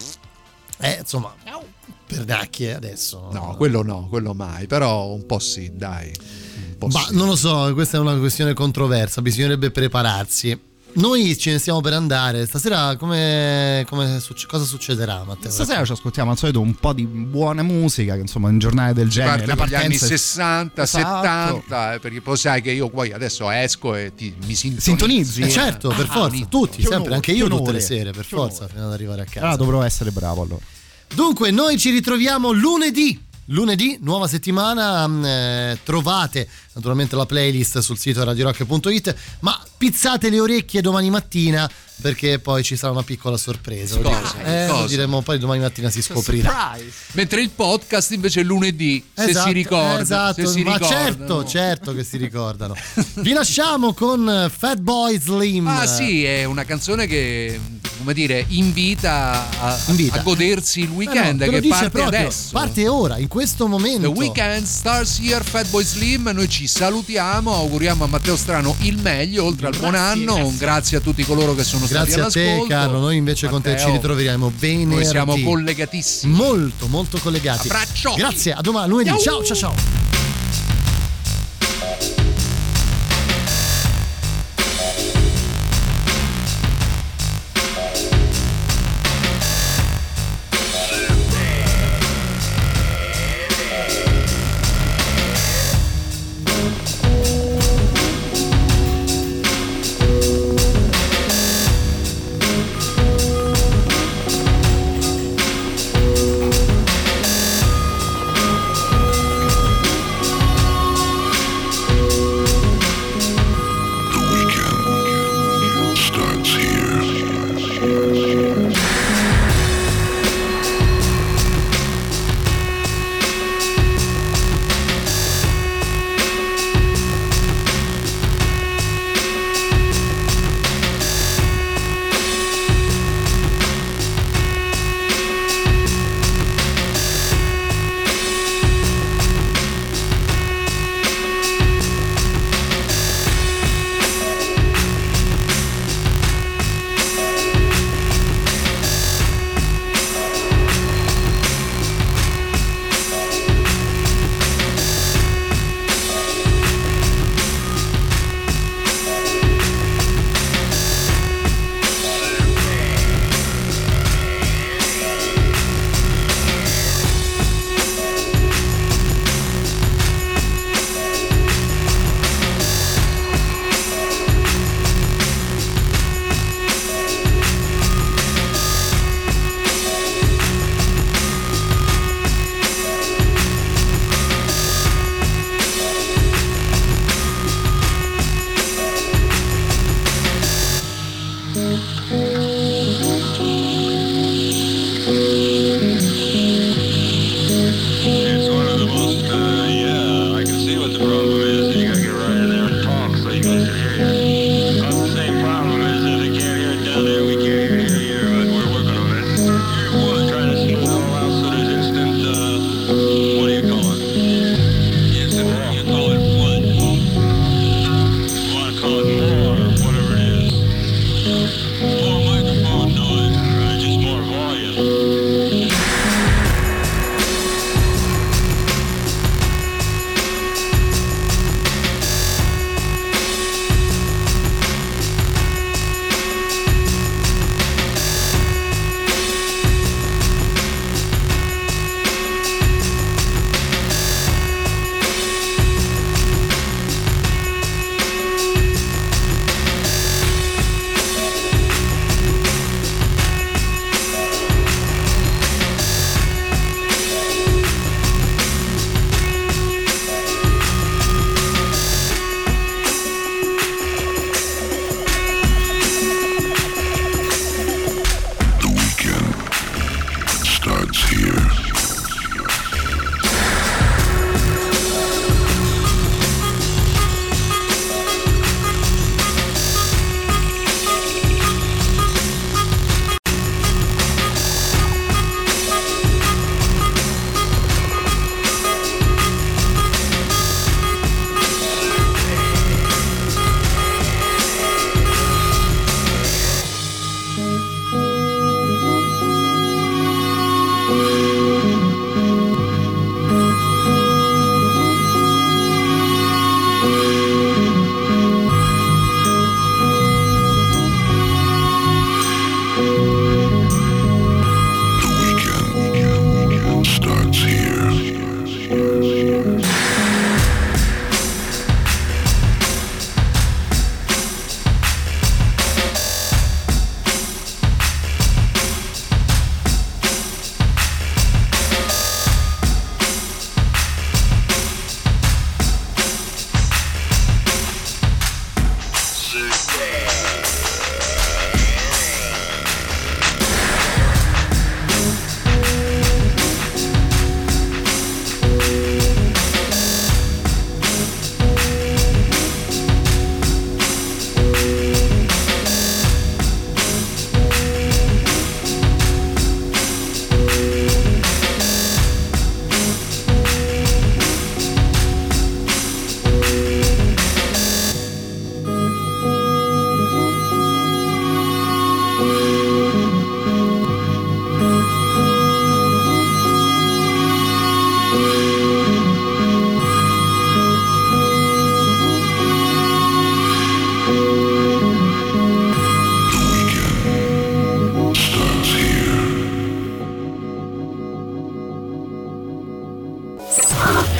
Eh, insomma, pernacchie adesso. No, quello no, quello mai, però un po' sì, dai. Un po' Ma sì. non lo so, questa è una questione controversa, bisognerebbe prepararsi. Noi ce ne stiamo per andare. Stasera come, come succe- cosa succederà, Matteo? Stasera ci ascoltiamo al solito un po' di buona musica, che insomma in giornate del Si genere. parte la con gli anni partenza è- sessanta, Esatto. settanta, eh, perché poi sai che io poi adesso esco e ti, mi sintonizzo. Sintonizzi? Eh, certo, per Ah, forza, mi- tutti, che sempre, onore, anche che io tutte onore, le sere, per che forza, onore. fino ad arrivare a casa. Allora dovrò essere bravo allora. Dunque, noi ci ritroviamo lunedì. Lunedì, nuova settimana, mh, eh, trovate naturalmente la playlist sul sito radio rock punto it, ma pizzate le orecchie domani mattina perché poi ci sarà una piccola sorpresa. Lo Cosa? diremo- Eh, lo Cosa? diremo poi domani mattina si scoprirà. Mentre il podcast invece è lunedì, se Esatto, si ricorda. esatto, se si ma ricordano. certo, certo che si ricordano. Vi lasciamo con Fatboy Slim. Ah sì, è una canzone che, come dire, invita a, Invita. a godersi il Eh no, weekend, te lo che dice parte proprio, adesso. parte ora, in questo momento. The Weekend starts here, Fatboy Slim. Noi ci salutiamo, auguriamo a Matteo Strano il meglio, oltre al buon anno. Un grazie a tutti coloro che sono Grazie a stati te, all'ascolto. Carlo. Noi invece con te Matteo, ci ritroveremo venerdì. Noi siamo collegatissimi. Molto, molto collegati. Abbraccio. Grazie, a domani, lunedì. Ciao, ciao, ciao.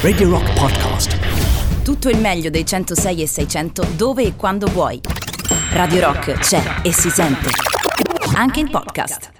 Radio Rock Podcast. Tutto il meglio dei centosei e seicento dove e quando vuoi. Radio Rock c'è e si sente. Anche in podcast.